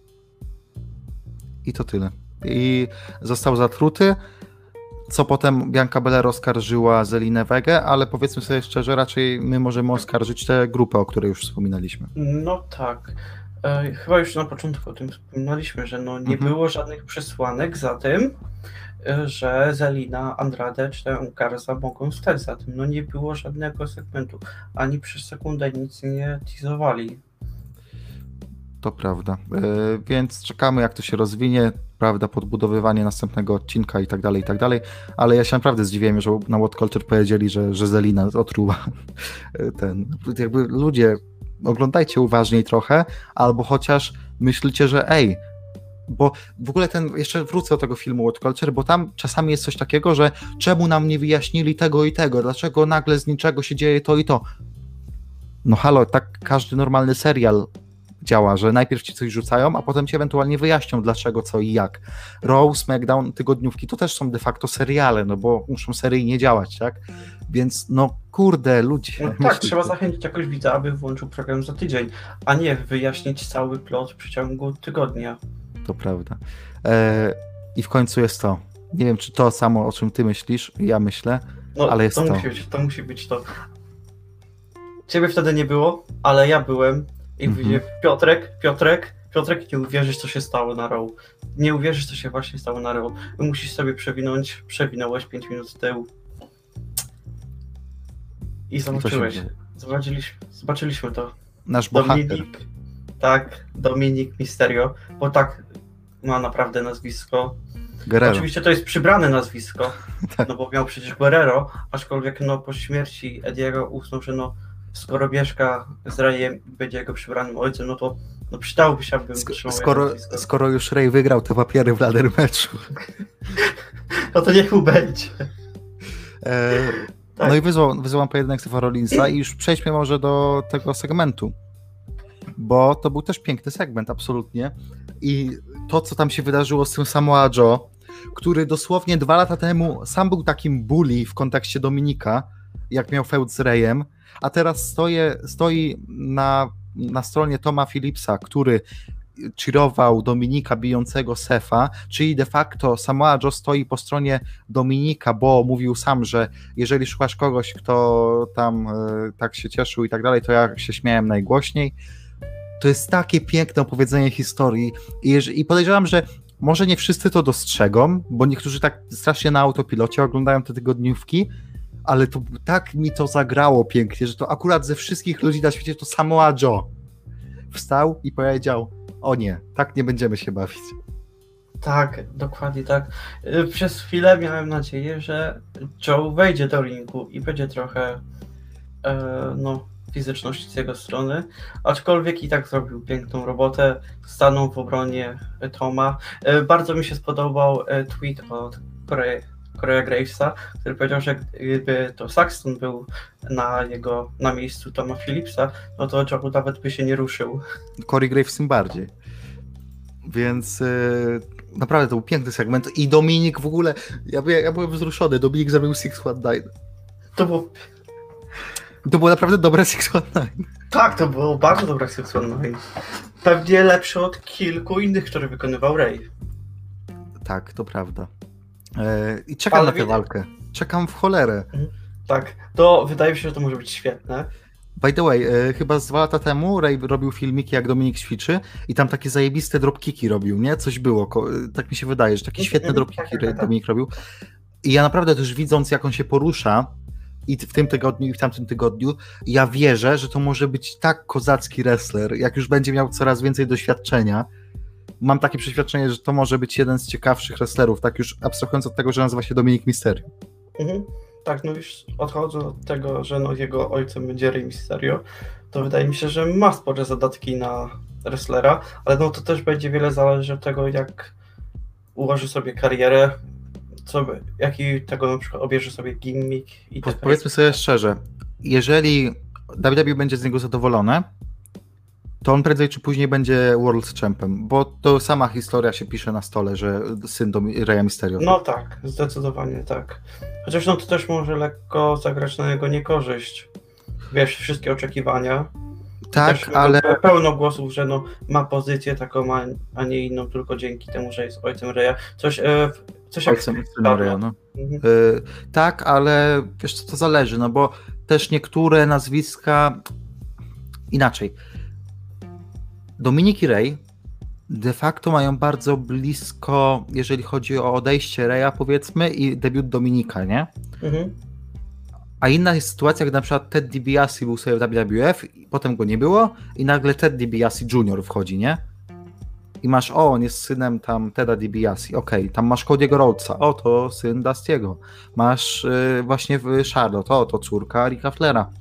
I to tyle. I został zatruty, co potem Bianca Belair oskarżyła Zelinę Wegę, ale powiedzmy sobie szczerze, raczej my możemy oskarżyć tę grupę, o której już wspominaliśmy. No tak. E, chyba już na początku o tym wspominaliśmy, że no nie Mhm. było żadnych przesłanek za tym, e, że Zelina, Andrade czy ten Garza mogą stać za tym. No nie było żadnego segmentu. Ani przez sekundę nic nie teasowali. To prawda. E, więc czekamy, jak to się rozwinie, prawda, podbudowywanie następnego odcinka i tak dalej, i tak dalej, ale ja się naprawdę zdziwiłem, że na What Culture powiedzieli, że, że Zelina otruła ten. Jakby ludzie, oglądajcie uważniej trochę, albo chociaż myślicie, że ej, bo w ogóle ten, jeszcze wrócę do tego filmu What Culture, bo tam czasami jest coś takiego, że czemu nam nie wyjaśnili tego i tego, dlaczego nagle z niczego się dzieje to i to. No halo, tak każdy normalny serial działa, że najpierw ci coś rzucają, a potem ci ewentualnie wyjaśnią dlaczego, co i jak. Raw, SmackDown, tygodniówki to też są de facto seriale, no bo muszą seryjnie działać, tak? Więc no kurde, ludzie. No tak, myślcie. trzeba zachęcić jakoś widza, aby włączył program za tydzień, a nie wyjaśnić cały plot w przeciągu tygodnia. To prawda. E, I w końcu jest to. Nie wiem, czy to samo, o czym ty myślisz, ja myślę, No, ale jest to, to. Musi być, to musi być to. Ciebie wtedy nie było, ale ja byłem i Mhm. mówię, Piotrek, Piotrek, Piotrek, nie uwierzysz, co się stało na Raw. Nie uwierzysz, co się właśnie stało na Raw. Musisz sobie przewinąć, przewinąłeś pięć minut w tył. I zobaczyłeś. dzieje? Zobaczyliśmy, zobaczyliśmy to. Nasz bohater. Dominik, tak, Dominik Mysterio, bo tak ma naprawdę nazwisko. Guerrero. Oczywiście to jest przybrane nazwisko, Tak. no bo miał przecież Guerrero, aczkolwiek no po śmierci Ediego uznał, że no skoro mieszka z Reyem i będzie jego przybranym ojcem, no to no przydałoby się, abym Sk- trzymał jego skoro, nazwisko. skoro już Rey wygrał te papiery w ladder meczu. No to niech mu będzie. E, Tak. No i wyzwał, wyzwałam pojedynek Sefa Rollinsa i już przejdźmy może do tego segmentu, bo to był też piękny segment, absolutnie. I to, co tam się wydarzyło z tym Samoa Joe, który dosłownie dwa lata temu sam był takim bully w kontekście Dominika, jak miał feud z Reyem, a teraz stoje, stoi na, na stronie Toma Phillipsa, który cheerował Dominika bijącego Sefa, czyli de facto Samoa Joe stoi po stronie Dominika, bo mówił sam, że jeżeli szukasz kogoś, kto tam e, tak się cieszył i tak dalej, to ja się śmiałem najgłośniej. To jest takie piękne opowiedzenie historii i, jeż- i podejrzewam, że może nie wszyscy to dostrzegą, bo niektórzy tak strasznie na autopilocie oglądają te tygodniówki, ale to tak mi to zagrało pięknie, że to akurat ze wszystkich ludzi na świecie to Samoa Joe wstał i powiedział: o nie, tak nie będziemy się bawić. Tak, dokładnie tak. Y, Przez chwilę miałem nadzieję, że Joe wejdzie do ringu i będzie trochę e, no, fizyczności z jego strony, aczkolwiek i tak zrobił piękną robotę, stanął w obronie e, Toma. E, Bardzo mi się spodobał e, tweet od Corey, Corey'a Gravesa, który powiedział, że gdyby to Saxton był na jego, na miejscu Toma Phillipsa, no to Joe nawet by się nie ruszył. Corey Graves tym bardziej. Więc yy, naprawdę to był piękny segment i Dominik w ogóle, ja, by, ja byłem wzruszony, Dominik zrobił six one nine. To było, To było naprawdę dobre six one nine. tak, to było bardzo dobre seksualne. Pewnie lepsze od kilku innych, które wykonywał Rey. Tak, to prawda. Yy, I czekam Ale na tę widać- walkę. Czekam w cholerę. Tak, to wydaje mi się, że to może być świetne. By the way, yy, chyba z dwa lata temu Ray robił filmiki, jak Dominik ćwiczy i tam takie zajebiste dropkiki robił, nie? Coś było, ko- tak mi się wydaje, że takie świetne Mhm, dropkiki tak, tak, tak. Dominik robił. I ja naprawdę też widząc, jak on się porusza i w tym tygodniu, i w tamtym tygodniu, ja wierzę, że to może być tak kozacki wrestler, jak już będzie miał coraz więcej doświadczenia. Mam takie przeświadczenie, że to może być jeden z ciekawszych wrestlerów, tak już abstrahując od tego, że nazywa się Dominik Mysterio. Mhm. Tak, no już odchodząc od tego, że no jego ojcem będzie Rey Mysterio, to wydaje mi się, że ma spore zadatki na wrestlera, ale no to też będzie wiele zależy od tego, jak ułoży sobie karierę, co, by- jaki tego na przykład obierze sobie gimmick i Po, tak powiedzmy sobie szczerze, jeżeli W W E będzie z niego zadowolone, to on prędzej czy później będzie World Champem, bo to sama historia się pisze na stole, że syn Domi- Reya Mysterio. No tak, zdecydowanie tak. Chociaż no to też może lekko zagrać na jego niekorzyść. Wiesz, wszystkie oczekiwania. tak, Też ale pe- pełno głosów, że no, ma pozycję taką, a, a nie inną tylko dzięki temu, że jest ojcem Reya. Coś, e, coś jak ojcem syna Reya, no. Mhm. Y, tak, ale wiesz co, to zależy, no bo też niektóre nazwiska inaczej. Dominik i Rey de facto mają bardzo blisko, jeżeli chodzi o odejście Reya, powiedzmy, i debiut Dominika, nie? Mhm. A inna jest sytuacja, gdy na przykład Ted DiBiase był sobie w W W F, i potem go nie było i nagle Ted DiBiase junior wchodzi, nie? I masz, o, on jest synem tam Teda DiBiase, okej, okay. Tam masz Cody'ego Rhodesa, o, to syn Dustiego. Masz yy, właśnie w Charlotte, o, to córka Ricka Flera.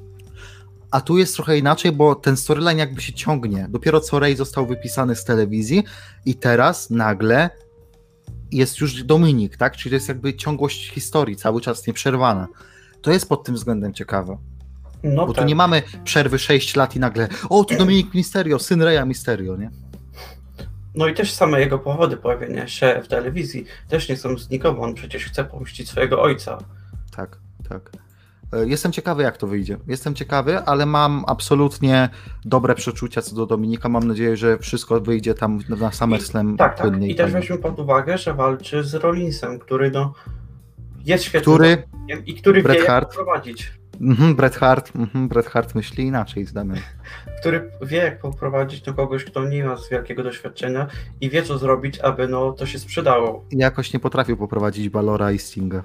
A tu jest trochę inaczej, bo ten storyline jakby się ciągnie. Dopiero co Rey został wypisany z telewizji i teraz nagle jest już Dominik, tak? Czyli to jest jakby ciągłość historii, cały czas nieprzerwana. To jest pod tym względem ciekawe. No Bo tak. tu nie mamy przerwy sześć lat i nagle, o, tu Dominik Mysterio, syn Reya Mysterio, nie? No i też same jego powody pojawienia się w telewizji też nie są znikomo. On przecież chce pomścić swojego ojca. Tak, tak. Jestem ciekawy, jak to wyjdzie. Jestem ciekawy, ale mam absolutnie dobre przeczucia co do Dominika. Mam nadzieję, że wszystko wyjdzie tam na SummerSlam I, tak, tak. płynnie. I też weźmy pod uwagę, że walczy z Rollinsem, który no jest świetny Który? i który Bret wie, Hart. jak poprowadzić. Mhm, Bret Hart, mhm, Bret Hart myśli inaczej, zdamy. Który wie, jak poprowadzić do kogoś, kto nie ma wielkiego doświadczenia i wie, co zrobić, aby no, to się sprzedało. Jakoś nie potrafił poprowadzić Balora i Stinga.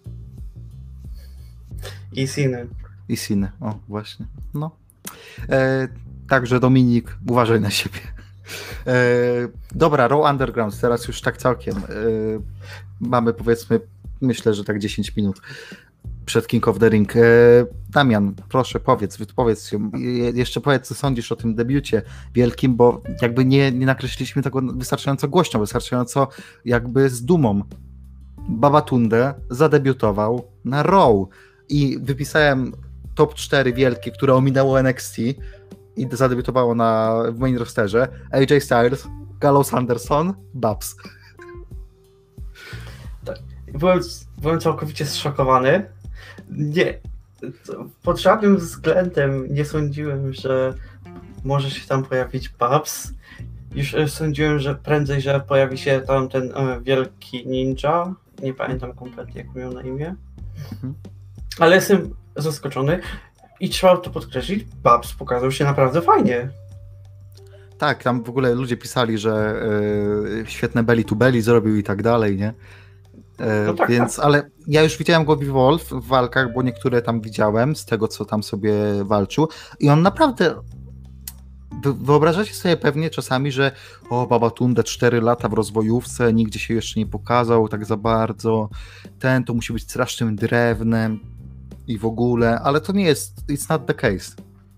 I Ceny. I Ceny, o właśnie. No. E, także Dominik, uważaj na siebie. E, dobra, Raw Underground, teraz już tak całkiem. E, mamy powiedzmy, myślę, że tak dziesięć minut przed King of the Ring. E, Damian, proszę, powiedz, wypowiedz się. Jeszcze powiedz, co sądzisz o tym debiucie wielkim, bo jakby nie, nie nakreśliliśmy tego wystarczająco głośno, wystarczająco jakby z dumą. Babatunde zadebiutował na Raw i wypisałem top cztery wielkie, które ominęło N X T i zadebiutowało na, w main rosterze. A J Styles, Gallows Anderson, Babs. Tak. Byłem, byłem całkowicie zszokowany. Nie, pod żadnym względem nie sądziłem, że może się tam pojawić Babs. Już sądziłem, że prędzej, że pojawi się tam ten e, wielki ninja. Nie pamiętam kompletnie, jak miał na imię. Mhm. Ale jestem zaskoczony i trzeba to podkreślić, Babs pokazał się naprawdę fajnie. Tak, tam w ogóle ludzie pisali, że e, świetne belly to belly zrobił i tak dalej, nie? E, no tak, więc, tak. ale ja już widziałem go w Evolve w walkach, bo niektóre tam widziałem z tego, co tam sobie walczył i on naprawdę... Wyobrażacie sobie pewnie czasami, że o, Babatunde cztery lata w rozwojówce, nigdzie się jeszcze nie pokazał tak za bardzo, ten to musi być strasznym drewnem i w ogóle, ale to nie jest, it's not the case.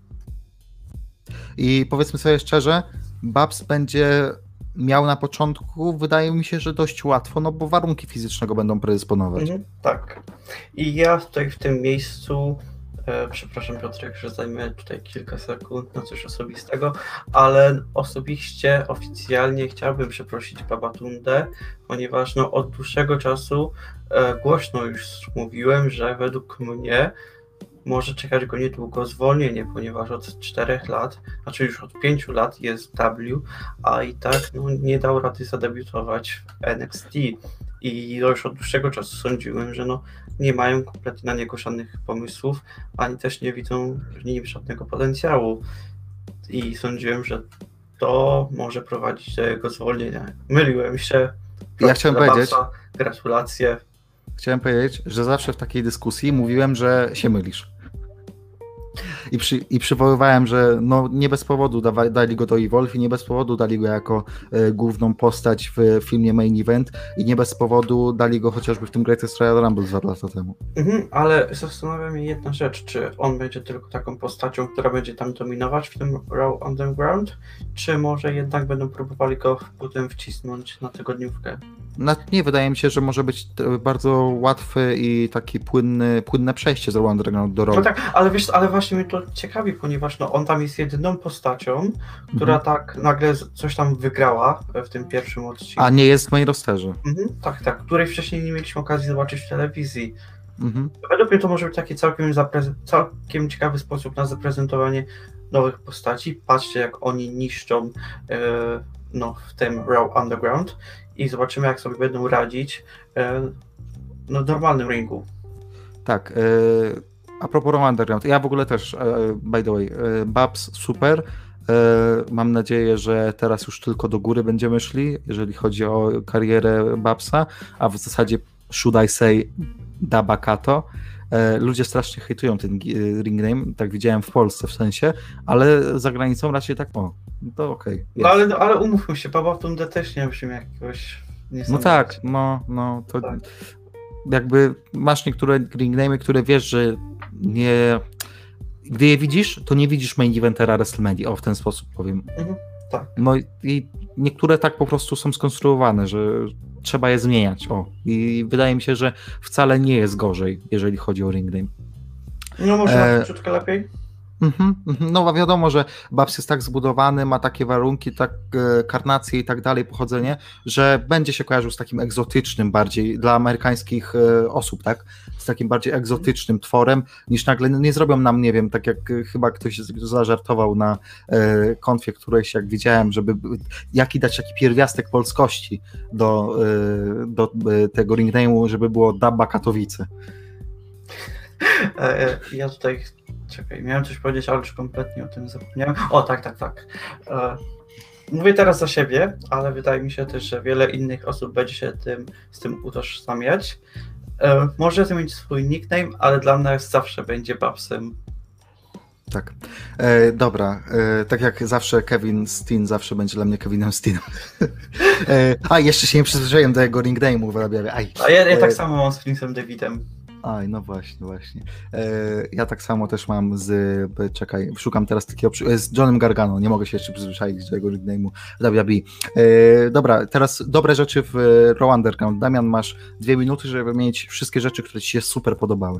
I powiedzmy sobie szczerze, Babs będzie miał na początku, wydaje mi się, że dość łatwo, no bo warunki fizyczne go będą predysponować. Mhm, tak. I ja tutaj w tym miejscu E, przepraszam Piotrek, że zajmę tutaj kilka sekund na coś osobistego, ale osobiście, oficjalnie chciałbym przeprosić Babatundę, ponieważ no, od dłuższego czasu e, głośno już mówiłem, że według mnie może czekać go niedługo zwolnienie, ponieważ od czterech lat, znaczy już od pięciu lat jest w W, a i tak no, nie dał rady zadebiutować w N X T. I już od dłuższego czasu sądziłem, że no, nie mają kompletnie na niego żadnych pomysłów, ani też nie widzą w nim żadnego potencjału. I sądziłem, że to może prowadzić do jego zwolnienia. Myliłem się. Ja chciałem powiedzieć, Babsa, gratulacje. Chciałem powiedzieć, że zawsze w takiej dyskusji mówiłem, że się mylisz. I, przy, I przywoływałem, że no nie bez powodu dawa, dali go do Evolve i nie bez powodu dali go jako e, główną postać w filmie Main Event i nie bez powodu dali go chociażby w tym Greatest Royal Rumble dwa lata temu. Mhm, ale zastanawia mnie jedna rzecz, czy on będzie tylko taką postacią, która będzie tam dominować w tym Raw Underground, czy może jednak będą próbowali go potem wcisnąć na tygodniówkę? No, nie, wydaje mi się, że może być bardzo łatwy i taki płynny, płynne przejście z Raw Underground do Raw. No tak, ale wiesz, ale właśnie mnie to ciekawi, ponieważ no, on tam jest jedyną postacią, która mhm. tak nagle coś tam wygrała w tym pierwszym odcinku. A nie jest w main rosterze. Mhm, tak, tak, której wcześniej nie mieliśmy okazji zobaczyć w telewizji. Mhm. Według mnie to może być taki całkiem, zaprez- całkiem ciekawy sposób na zaprezentowanie nowych postaci. Patrzcie, jak oni niszczą e, no, w tym Raw Underground i zobaczymy, jak sobie będą radzić e, no, w normalnym ringu. Tak, e, a propos Raw Underground, ja w ogóle też, e, by the way, e, Babs super, e, mam nadzieję, że teraz już tylko do góry będziemy szli, jeżeli chodzi o karierę Babsa, a w zasadzie should I say Dabakato. E, ludzie strasznie hejtują ten ring name, tak widziałem w Polsce w sensie, ale za granicą raczej tak, o, to okej. Okay, no ale, ale umówmy się, Babatunde też nie brzmi jakiegoś No tak, no, no to tak. Jakby masz niektóre ring name'y, które wiesz, że nie, gdy je widzisz, to nie widzisz main eventera WrestleMania, o w ten sposób powiem. Mhm, tak. No i niektóre tak po prostu są skonstruowane, że trzeba je zmieniać, o. I wydaje mi się, że wcale nie jest gorzej, jeżeli chodzi o ring name. No może e... troszeczkę lepiej? Mhm, mhm. No a wiadomo, że Babs jest tak zbudowany, ma takie warunki, tak e, karnacje i tak dalej, pochodzenie, że będzie się kojarzył z takim egzotycznym bardziej dla amerykańskich e, osób, tak? Z takim bardziej egzotycznym tworem, niż nagle, no nie zrobią nam, nie wiem, tak jak e, chyba ktoś z- zażartował na e, konfie którejś, jak widziałem, żeby b- jaki dać taki pierwiastek polskości do, e, do e, tego ringname'u, żeby było Dabba Katowice. E, ja tutaj, czekaj, miałem coś powiedzieć, ale już kompletnie o tym zapomniałem. O, tak, tak, tak. E, mówię teraz za siebie, ale wydaje mi się też, że wiele innych osób będzie się tym, z tym utożsamiać. E, może zmienić swój nickname, ale dla nas zawsze będzie Babsem. Tak. E, dobra, e, tak jak zawsze Kevin Steen zawsze będzie dla mnie Kevinem Steenem. e, a, jeszcze się nie przyzwyczaiłem do jego ringname'u wyrabiamy. Aj, A ja, ja tak E, samo mam z Princem Davidem. aj, no właśnie, właśnie. E, ja tak samo też mam z, b- czekaj, szukam teraz takiego, przy- e, z Johnem Gargano, nie mogę się jeszcze przyzwyczaić do jego ringname'u w W W E. E, dobra, teraz dobre rzeczy w e, Raw Underground. Damian, masz dwie minuty, żeby wymienić wszystkie rzeczy, które ci się super podobały.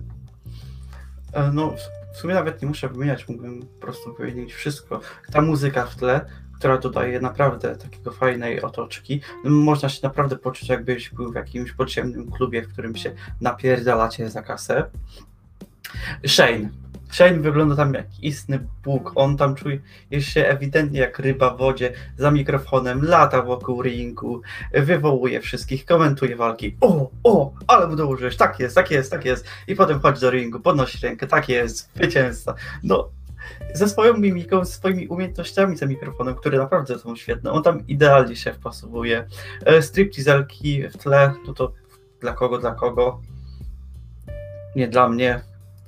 E, no, w- w sumie nawet nie muszę wymieniać, mógłbym po prostu wymienić wszystko. Ta muzyka w tle, która dodaje naprawdę takiego fajnej otoczki. No, można się naprawdę poczuć, jakbyś był w jakimś podziemnym klubie, w którym się napierdalacie za kasę. Shane. Shane wygląda tam jak istny Bóg. On tam czuje się ewidentnie jak ryba w wodzie, za mikrofonem, lata wokół ringu, wywołuje wszystkich, komentuje walki. O, o, ale mu dołożyłeś, tak jest, tak jest, tak jest. I potem chodzi do ringu, podnosi rękę, tak jest, zwycięzca. No, ze swoją mimiką, ze swoimi umiejętnościami za mikrofonem, które naprawdę są świetne. On tam idealnie się wpasowuje. E, Stripteaselki w tle, no to dla kogo, dla kogo? Nie dla mnie.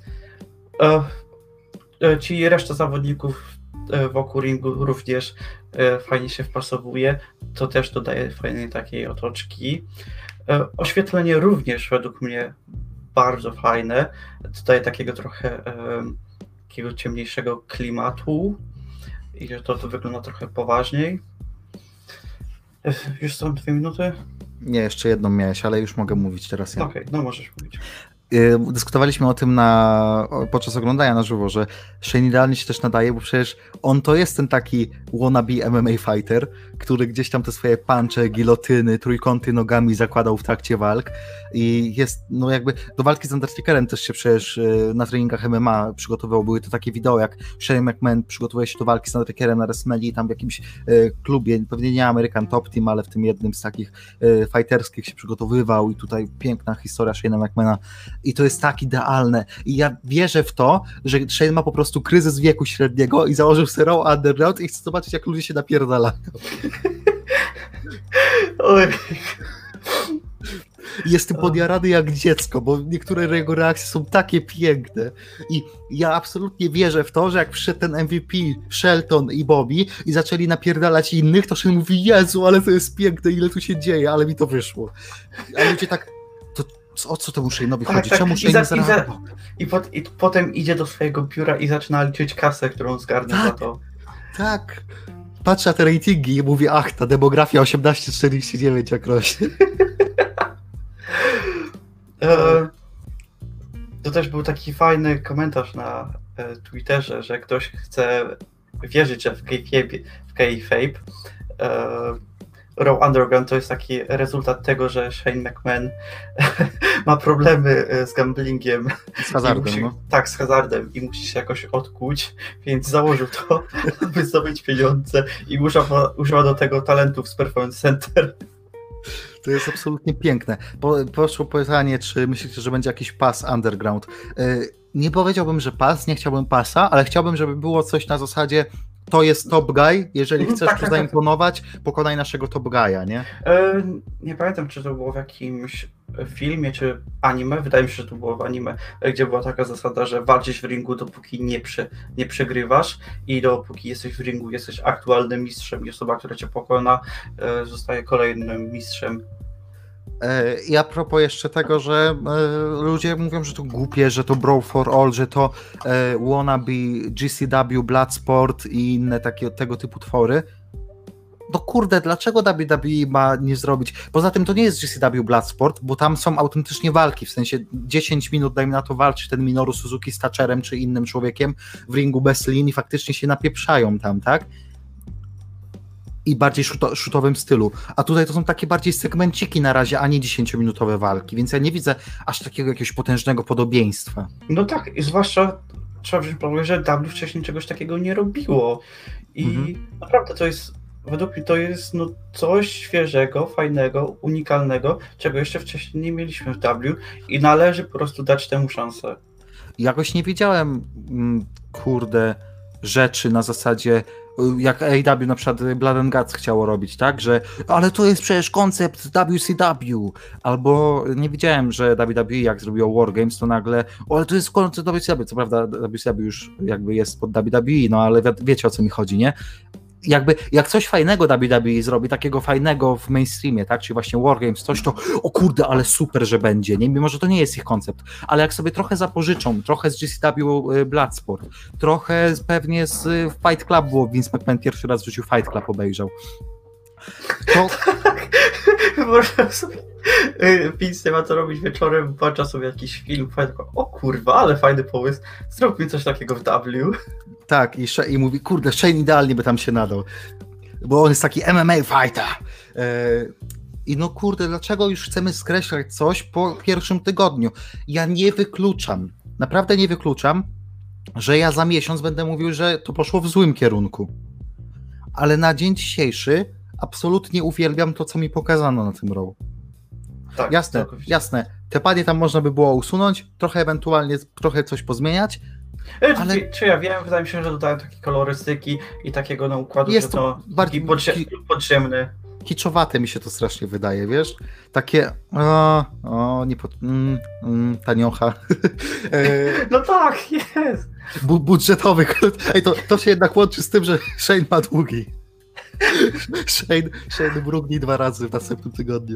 E, e, Ci reszta zawodników e, wokół ringu również e, fajnie się wpasowuje. To też dodaje fajnej takiej otoczki. E, Oświetlenie również według mnie bardzo fajne. Dodaje takiego trochę e, takiego ciemniejszego klimatu i że to, to wygląda trochę poważniej. E, Już są dwie minuty? Nie, jeszcze jedną miałeś, ale już mogę mówić teraz ja. Okej, no możesz mówić. Y, dyskutowaliśmy o tym na, o- podczas oglądania na żywo, że Shane idealnie się też nadaje, bo przecież on to jest ten taki wannabe M M A fighter, który gdzieś tam te swoje puncze, gilotyny, trójkąty nogami zakładał w trakcie walk i jest, no jakby do walki z Undertakerem też się przecież y, na treningach M M A przygotowywał, były to takie wideo, jak Shane McMahon przygotowuje się do walki z Undertakerem na WrestleMania tam w jakimś y, klubie, pewnie nie American Top Team, ale w tym jednym z takich y, fighterskich się przygotowywał i tutaj piękna historia Shane'a McMahona. I to jest tak idealne. I ja wierzę w to, że Shane ma po prostu kryzys wieku średniego i założył sobie Raw Underground i chce zobaczyć, jak ludzie się napierdalają. Oj. I jestem podjarany jak dziecko, bo niektóre jego reakcje są takie piękne. I ja absolutnie wierzę w to, że jak przyszedł ten M V P, Shelton i Bobby i zaczęli napierdalać innych, to Shane mówi, Jezu, ale to jest piękne, ile tu się dzieje, ale mi to wyszło. A ludzie tak, to o co temu Shane'owi Tak, chodzi? tak. Czemu I Shane za- nie i za- zareagował? I, pot, I potem idzie do swojego biura i zaczyna liczyć kasę, którą zgarnie Tak. za to. Tak. Patrzę na te ratingi i mówię, ach, ta demografia osiemnaście czterdzieści dziewięć jak rośnie. E, to też był taki fajny komentarz na e, Twitterze, że ktoś chce wierzyć, że w kayfabe, w kayfabe e, Raw Underground to jest taki rezultat tego, że Shane McMahon ma problemy e, z gamblingiem. Z hazardem, I musi, no. Tak, z hazardem i musi się jakoś odkuć, więc założył to, aby zdobyć pieniądze i używa, używa do tego talentów z Performance Center. To jest absolutnie piękne. Po, poszło pytanie, czy myślicie, że będzie jakiś pas underground. Yy, nie powiedziałbym, że pas, nie chciałbym pasa, ale chciałbym, żeby było coś na zasadzie to jest top guy, jeżeli Mhm, chcesz tak, tu tak, tak. zaimponować, pokonaj naszego top guy'a, nie? E, nie pamiętam, czy to było w jakimś filmie, czy anime. Wydaje mi się, że to było w anime, gdzie była taka zasada, że walczysz w ringu, dopóki nie, prze, nie przegrywasz i dopóki jesteś w ringu, jesteś aktualnym mistrzem i osoba, która cię pokona, e, zostaje kolejnym mistrzem. E, I a propos jeszcze tego, że e, ludzie mówią, że to głupie, że to Brawl for All, że to e, wannabe G C W, Bloodsport i inne takie tego typu twory. no kurde, dlaczego W W E ma nie zrobić? Poza tym to nie jest G C W Bloodsport, bo tam są autentycznie walki, w sensie dziesięć minut, dajmy na to, walczy ten Minoru Suzuki z Thatcherem czy innym człowiekiem w ringu bez lin i faktycznie się napieprzają tam, tak? I bardziej szuto, szutowym stylu. A tutaj to są takie bardziej segmenciki na razie, a nie dziesięciominutowe walki, więc ja nie widzę aż takiego jakiegoś potężnego podobieństwa. No tak, i zwłaszcza trzeba wziąć pod uwagę, że W wcześniej czegoś takiego nie robiło. I mhm. naprawdę to jest, według mnie to jest no coś świeżego, fajnego, unikalnego, czego jeszcze wcześniej nie mieliśmy w W i należy po prostu dać temu szansę. Jakoś nie wiedziałem, kurde, rzeczy na zasadzie, jak A E W na przykład Blood and Guts chciało robić, tak, że ale to jest przecież koncept W C W, albo nie wiedziałem, że W W E jak zrobiło Wargames, to nagle, o, ale to jest koncept W C W, co prawda W C W już jakby jest pod W W E, no ale wi- wiecie o co mi chodzi, nie? Jakby, jak coś fajnego W W E zrobi, takiego fajnego w mainstreamie, tak, czyli właśnie Wargames, coś, to o kurde, ale super, że będzie, nie? Mimo że to nie jest ich koncept, ale jak sobie trochę zapożyczą, trochę z G C W Bloodsport, trochę pewnie z Fight Club, bo Vince McMahon pierwszy raz w życiu Fight Club obejrzał. To... Można sobie, Vince ma to robić wieczorem, włącza sobie jakiś film, o kurwa, ale fajny pomysł, zróbmy coś takiego w W. Tak, i, i mówi, kurde, Shane idealnie by tam się nadał, bo on jest taki M M A fighter. Yy, I no kurde, dlaczego już chcemy skreślać coś po pierwszym tygodniu? Ja nie wykluczam, naprawdę nie wykluczam, że ja za miesiąc będę mówił, że to poszło w złym kierunku. Ale na dzień dzisiejszy absolutnie uwielbiam to, co mi pokazano na tym Raw. Tak, jasne, jasne. Te panie tam można by było usunąć, trochę ewentualnie, trochę coś pozmieniać. Ale... Czy, czy ja wiem, wydaje mi się, że dodają takie kolorystyki i takiego na układu, jest że to bardziej podzie- podziemny. Kiczowate mi się to strasznie wydaje, wiesz? Takie, o, o nie pod... Mm, mm, taniocha. No tak, jest. Bu- budżetowy. Ej, to, to się jednak łączy z tym, że Shane ma długi. Shane, Shane mrugni dwa razy w następnym tygodniu.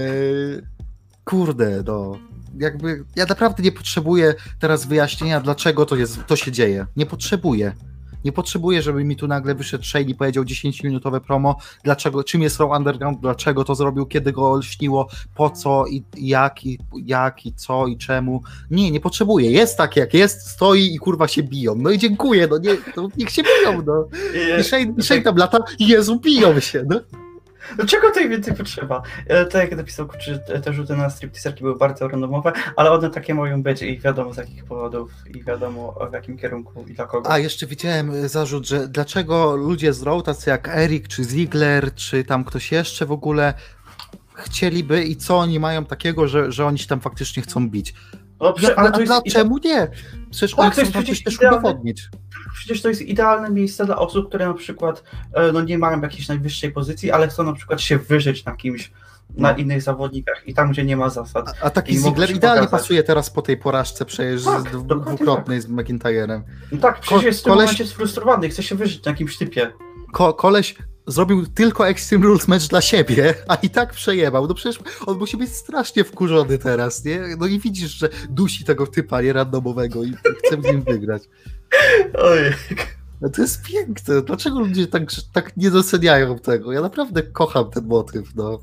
Kurde, no. Jakby ja naprawdę nie potrzebuję teraz wyjaśnienia, dlaczego to jest, to się dzieje. Nie potrzebuję. Nie potrzebuję, żeby mi tu nagle wyszedł Shane i powiedział dziesięciominutowe promo, dlaczego, czym jest Raw Underground, dlaczego to zrobił, kiedy go lśniło, po co i jak i, jak i co i czemu. Nie, nie potrzebuję. Jest tak jak jest, stoi i kurwa się biją. No i dziękuję, no nie, to niech się biją, no. I Shane, i Shane tam lata, Jezu, biją się, no. No czego tutaj więcej potrzeba? Tak jak napisał, czy te rzuty na stripteaserki były bardzo randomowe, ale one takie mają być i wiadomo z jakich powodów i wiadomo w jakim kierunku i dla kogo. A jeszcze widziałem zarzut, że dlaczego ludzie z Raw, tacy jak Eric, czy Ziggler, czy tam ktoś jeszcze w ogóle chcieliby i co oni mają takiego, że, że oni się tam faktycznie chcą bić. No, prze, ale to jest czemu nie? Przecież tak, oni chcą tam coś też udowodnić. Przecież to jest idealne miejsce dla osób, które na przykład no, nie mają jakiejś najwyższej pozycji, ale chcą na przykład się wyżyć na kimś, no. na innych zawodnikach i tam, gdzie nie ma zasad. A, a taki Ziggler idealnie pokazać. Pasuje teraz po tej porażce przecież tak, dwukrotnej tak. z McIntyrem. No tak, przecież Ko- jest w tym koleś... momencie sfrustrowany, chce się wyżyć na jakimś typie. Ko- koleś zrobił tylko Extreme Rules match dla siebie, a i tak przejebał. No przecież on musi być strasznie wkurzony teraz, nie? No i widzisz, że dusi tego typa, nie randomowego i chce z nim wygrać. Ojej. No to jest piękne. Dlaczego ludzie tak, tak nie doceniają tego? Ja naprawdę kocham ten motyw, no.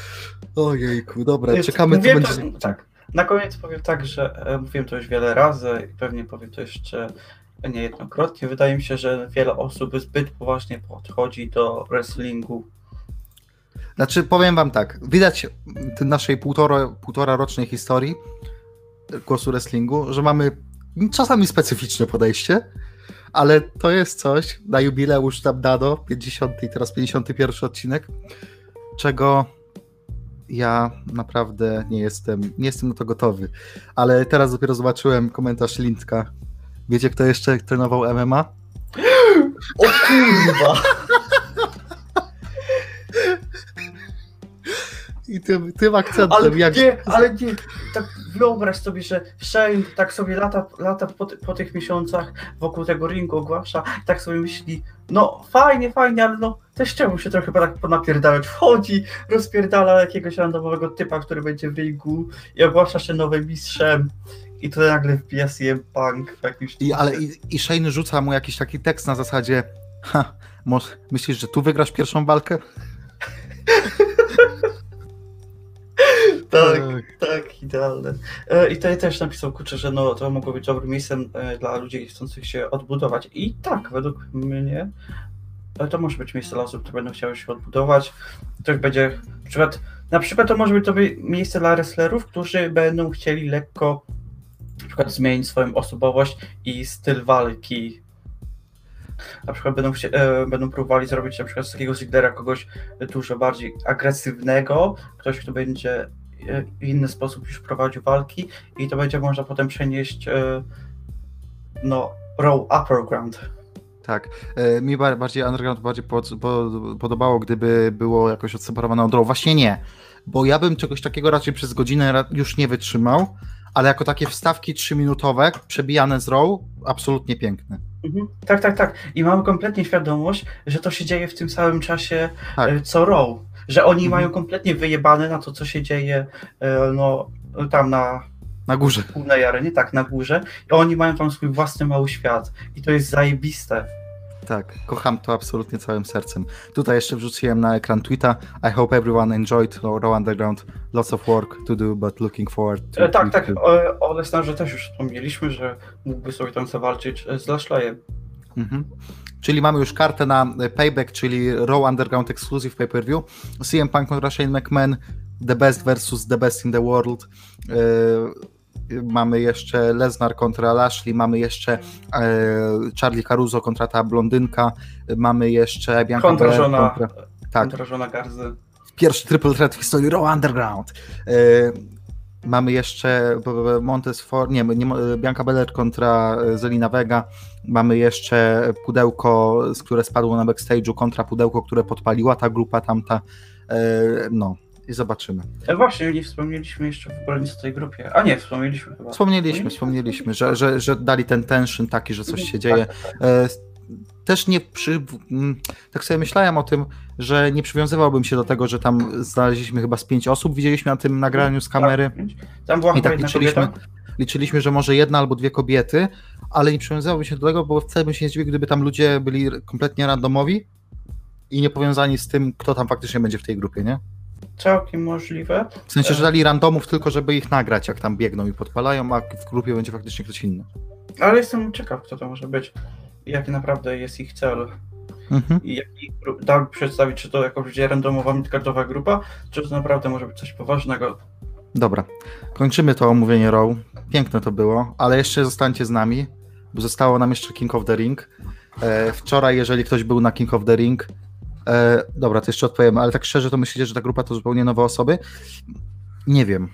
Ojejku, dobra, jest, czekamy, co będzie... To, tak, na koniec powiem tak, że e, mówiłem to już wiele razy i pewnie powiem to jeszcze niejednokrotnie. Wydaje mi się, że wiele osób zbyt poważnie podchodzi do wrestlingu. Znaczy, powiem wam tak, widać w naszej półtora, półtora rocznej historii głosu wrestlingu, że mamy czasami specyficzne podejście, ale to jest coś, na jubileusz tam dano, pięćdziesiąty i teraz pięćdziesiąty pierwszy odcinek, czego ja naprawdę nie jestem, nie jestem na to gotowy. Ale teraz dopiero zobaczyłem komentarz Lindka. Wiecie, kto jeszcze trenował M M A? O kurwa! I tym, tym akcentem. Ale jak... nie, ale nie, tak wyobraź sobie, że Shane tak sobie lata, lata po, po tych miesiącach wokół tego ringu ogłasza i tak sobie myśli, no fajnie, fajnie, ale no też chciałbym się trochę tak ponapierdalać. Wchodzi, rozpierdala jakiegoś randomowego typa, który będzie w ringu i ogłasza się nowym mistrzem. I to nagle wbija C M Punk w jakimś... I, ale i, i Shane rzuca mu jakiś taki tekst na zasadzie Ha, może, myślisz, że tu wygrasz pierwszą walkę? Tak, tak, idealne. E, I tutaj też napisał kurczę, że no, to mogło być dobrym miejscem e, dla ludzi chcących się odbudować. I tak, według mnie e, to może być miejsce dla osób, które będą chciały się odbudować. Ktoś będzie, na przykład, na przykład to może być to by- miejsce dla wrestlerów, którzy będą chcieli lekko na przykład zmienić swoją osobowość i styl walki. Na przykład będą, chcie, e, będą próbowali zrobić na przykład z takiego Ziglera kogoś dużo bardziej agresywnego, ktoś, kto będzie e, w inny sposób już prowadził walki i to będzie można potem przenieść e, no, Raw Upper Ground. Tak. E, mi ba- bardziej Underground bardziej pod, po, podobało, gdyby było jakoś odseparowane od Raw. Właśnie nie, bo ja bym czegoś takiego raczej przez godzinę ra- już nie wytrzymał, ale jako takie wstawki trzyminutowe, przebijane z Raw, absolutnie piękne. Mhm. Tak, tak, tak. I mamy kompletnie świadomość, że to się dzieje w tym samym czasie Tak. e, co Raw. Że oni Mhm. mają kompletnie wyjebane na to, co się dzieje e, no, tam na Na górze. głównej arenie, tak, na górze. I oni mają tam swój własny mały świat. I to jest zajebiste. Tak, kocham to absolutnie całym sercem. Tutaj jeszcze wrzuciłem na ekran tweeta. I hope everyone enjoyed Raw Underground. Lots of work to do, but looking forward to... E, tak, tak. to- O, o Lesnarze też już wspomnieliśmy, że mógłby sobie tam zawalczyć z Lashleyem. Mhm. Czyli mamy już kartę na Payback, czyli Raw Underground Exclusive Pay-Per-View. C M Punk kontra Shane McMahon, The Best versus The Best in the World. Yy, mamy jeszcze Lesnar kontra Lashley, mamy jeszcze yy, Charlie Caruso kontra ta blondynka, yy, mamy jeszcze Bianca Kontra Belair żona, kontra... Tak, kontra żona Garzy. pierwszy triple threat w historii Raw Underground. Yy, mamy jeszcze b- b- Montez Ford, nie, nie, Bianca Belair kontra Zelina Vega. Mamy jeszcze pudełko, z które spadło na backstage'u kontra pudełko, które podpaliła ta grupa tamta. Yy, no i zobaczymy. E, właśnie, nie wspomnieliśmy jeszcze w ogóle nic o tej grupie. A nie, wspomnieliśmy chyba. Wspomnieliśmy, wspomnieliśmy, że, że, że dali ten tension taki, że coś się dzieje. Tak, tak, tak. E, Też nie przy... m, tak sobie myślałem o tym, że nie przywiązywałbym się do tego, że tam znaleźliśmy chyba z pięć osób, widzieliśmy na tym nagraniu z kamery. Tak, tam była I chyba tak jedna liczyliśmy, kobieta. liczyliśmy, że może jedna albo dwie kobiety, ale nie przywiązywałbym się do tego, bo wcale bym się nie zdziwił, gdyby tam ludzie byli kompletnie randomowi i nie powiązani z tym, kto tam faktycznie będzie w tej grupie, nie? Całkiem możliwe. W sensie, że dali randomów tylko, żeby ich nagrać, jak tam biegną i podpalają, a w grupie będzie faktycznie ktoś inny. Ale jestem ciekaw, kto to może być. I jaki naprawdę jest ich cel. Mhm. I jaki dał przedstawić, czy to jako będzie randomowa midcardowa grupa, czy to naprawdę może być coś poważnego. Dobra, kończymy to omówienie Raw. Piękne to było, ale jeszcze zostańcie z nami, bo zostało nam jeszcze King of the Ring. E, wczoraj, jeżeli ktoś był na King of the Ring, e, dobra, to jeszcze odpowiemy, ale tak szczerze to myślicie, że ta grupa to zupełnie nowe osoby? Nie wiem.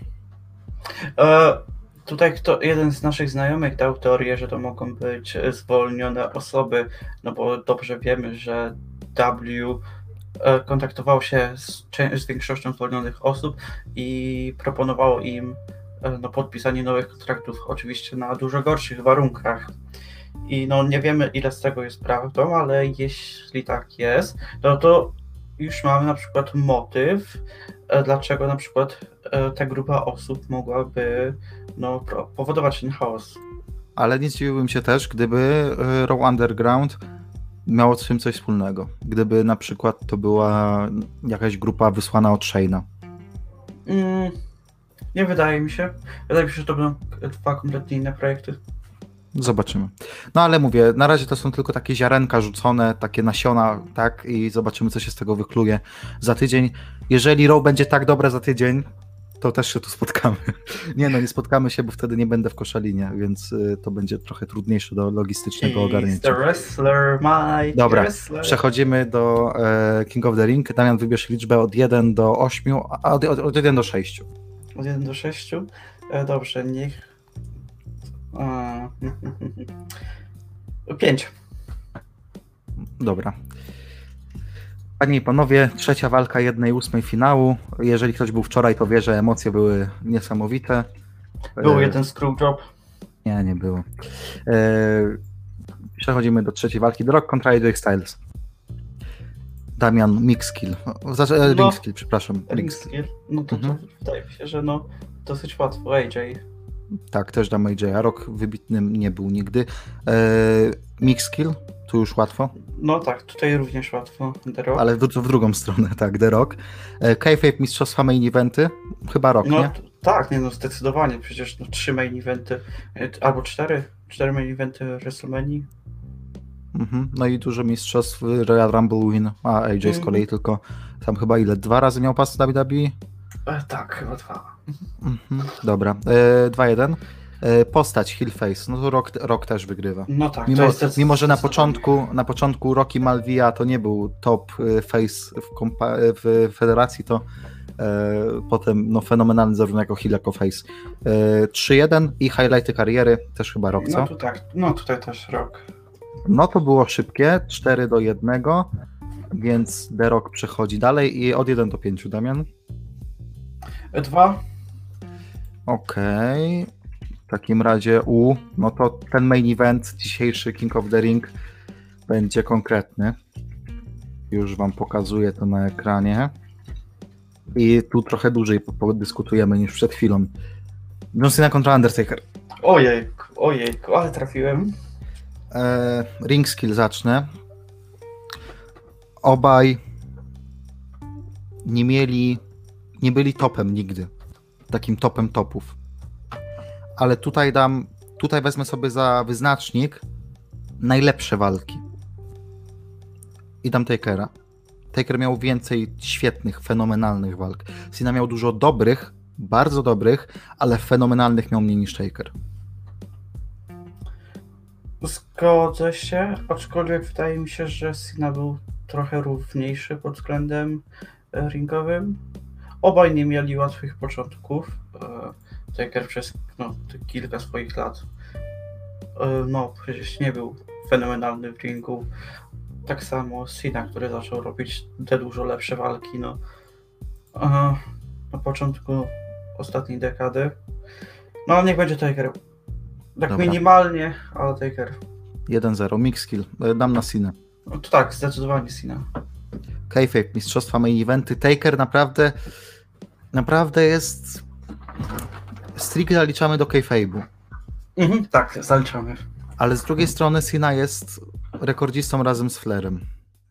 E, tutaj kto, jeden z naszych znajomych dał teorię, że to mogą być zwolnione osoby, no bo dobrze wiemy, że W e, kontaktował się z, cze- z większością zwolnionych osób i proponowało im e, no, podpisanie nowych kontraktów, oczywiście na dużo gorszych warunkach. I no nie wiemy, ile z tego jest prawdą, ale jeśli tak jest, no to już mamy na przykład motyw, e, dlaczego na przykład e, ta grupa osób mogłaby no, pro- powodować ten chaos. Ale nie zdziwiłbym się też, gdyby e, Raw Underground miało z tym coś wspólnego. Gdyby na przykład to była jakaś grupa wysłana od Shane'a. Mm, nie wydaje mi się. Wydaje mi się, że to będą dwa kompletnie inne projekty. Zobaczymy. No ale mówię, na razie to są tylko takie ziarenka rzucone, takie nasiona, tak? I zobaczymy, co się z tego wykluje za tydzień. Jeżeli Raw będzie tak dobre za tydzień, to też się tu spotkamy. Nie no, nie spotkamy się, bo wtedy nie będę w Koszalinie, więc y, to będzie trochę trudniejsze do logistycznego He's ogarnięcia. the wrestler, my Dobra, wrestler. przechodzimy do e, King of the Ring. Damian, wybierz liczbę od jeden do ośmiu, a od, od, od jeden do sześciu. Od jeden do sześciu. E, dobrze, niech... A, pięć. Dobra. Panie i panowie, trzecia walka jednej ósmej finału. Jeżeli ktoś był wczoraj, to wie, że emocje były niesamowite. Był E, jeden screwjob. Nie, nie było. E, przechodzimy do trzeciej walki. The Rock kontra A J Styles. Damian, mixkill. Znaczy, e, No. ringskill, przepraszam. Ring skill. No to, Mhm. to wydaje mi się, że no dosyć łatwo. A J. Tak, też dam A J, a Rock wybitnym nie był nigdy. E, mixkill, Tu już łatwo, No tak, tutaj również łatwo. The Rock. ale w, w drugą stronę, tak, The Rock. E, Kayfabe Mistrzostwa Main Eventy, chyba Rock, No nie? t- tak, nie no, zdecydowanie. Przecież no, trzy main eventy, e, albo cztery, cztery main eventy WrestleMania. Mhm. No i dużo mistrzostw, Royal Rumble win, a A J z Mhm. kolei tylko tam chyba ile? Dwa razy miał pas w W W E? E, tak, chyba dwa. Mhm. Dobra, e, dwa jeden. E, postać Hillface, no to Rock, Rock też wygrywa. No tak, to Mimo, jest mimo, że na zdecydowanie. początku, na początku Rocky Malvia to nie był top y, face w, kompa- w federacji, to e, potem no, fenomenalny zarówno jako heel, jako face. E, trzy jeden i highlighty kariery, też chyba Rock, co? No tu tak, no tutaj też Rock. No to było szybkie, cztery do jednego, więc The Rock przechodzi dalej i od jeden do pięciu, Damian. E, dwa. Okej, w takim razie U, no to ten main event, dzisiejszy King of the Ring będzie konkretny. Już wam pokazuję to na ekranie. I tu trochę dłużej podyskutujemy niż przed chwilą. John Cena kontra Undertaker. Ojejku, ojejku, ale trafiłem. E, ring skill zacznę. Obaj nie mieli, nie byli topem nigdy. Takim topem topów. Ale tutaj dam, tutaj wezmę sobie za wyznacznik najlepsze walki. I dam Takera. Taker miał więcej świetnych, fenomenalnych walk. Cena miał dużo dobrych, bardzo dobrych, ale fenomenalnych miał mniej niż Taker. Zgodzę się, aczkolwiek wydaje mi się, że Cena był trochę równiejszy pod względem e, ringowym. Obaj nie mieli łatwych początków. E, Taker przez no, te kilka swoich lat e, no przecież nie był fenomenalny w ringu. Tak samo Cena, który zaczął robić te dużo lepsze walki no, e, na początku ostatniej dekady. No ale niech będzie Taker. Tak Dobra. minimalnie, ale Taker. jeden zero, mix skill. E, Dam na Cena. No to tak, zdecydowanie Cena. Kayfabe, mistrzostwa main eventy. Taker naprawdę naprawdę jest stricte zaliczamy do Kayfabe'u. Mhm, tak, zaliczamy. Ale z drugiej strony Cena jest rekordzistą razem z Flairem.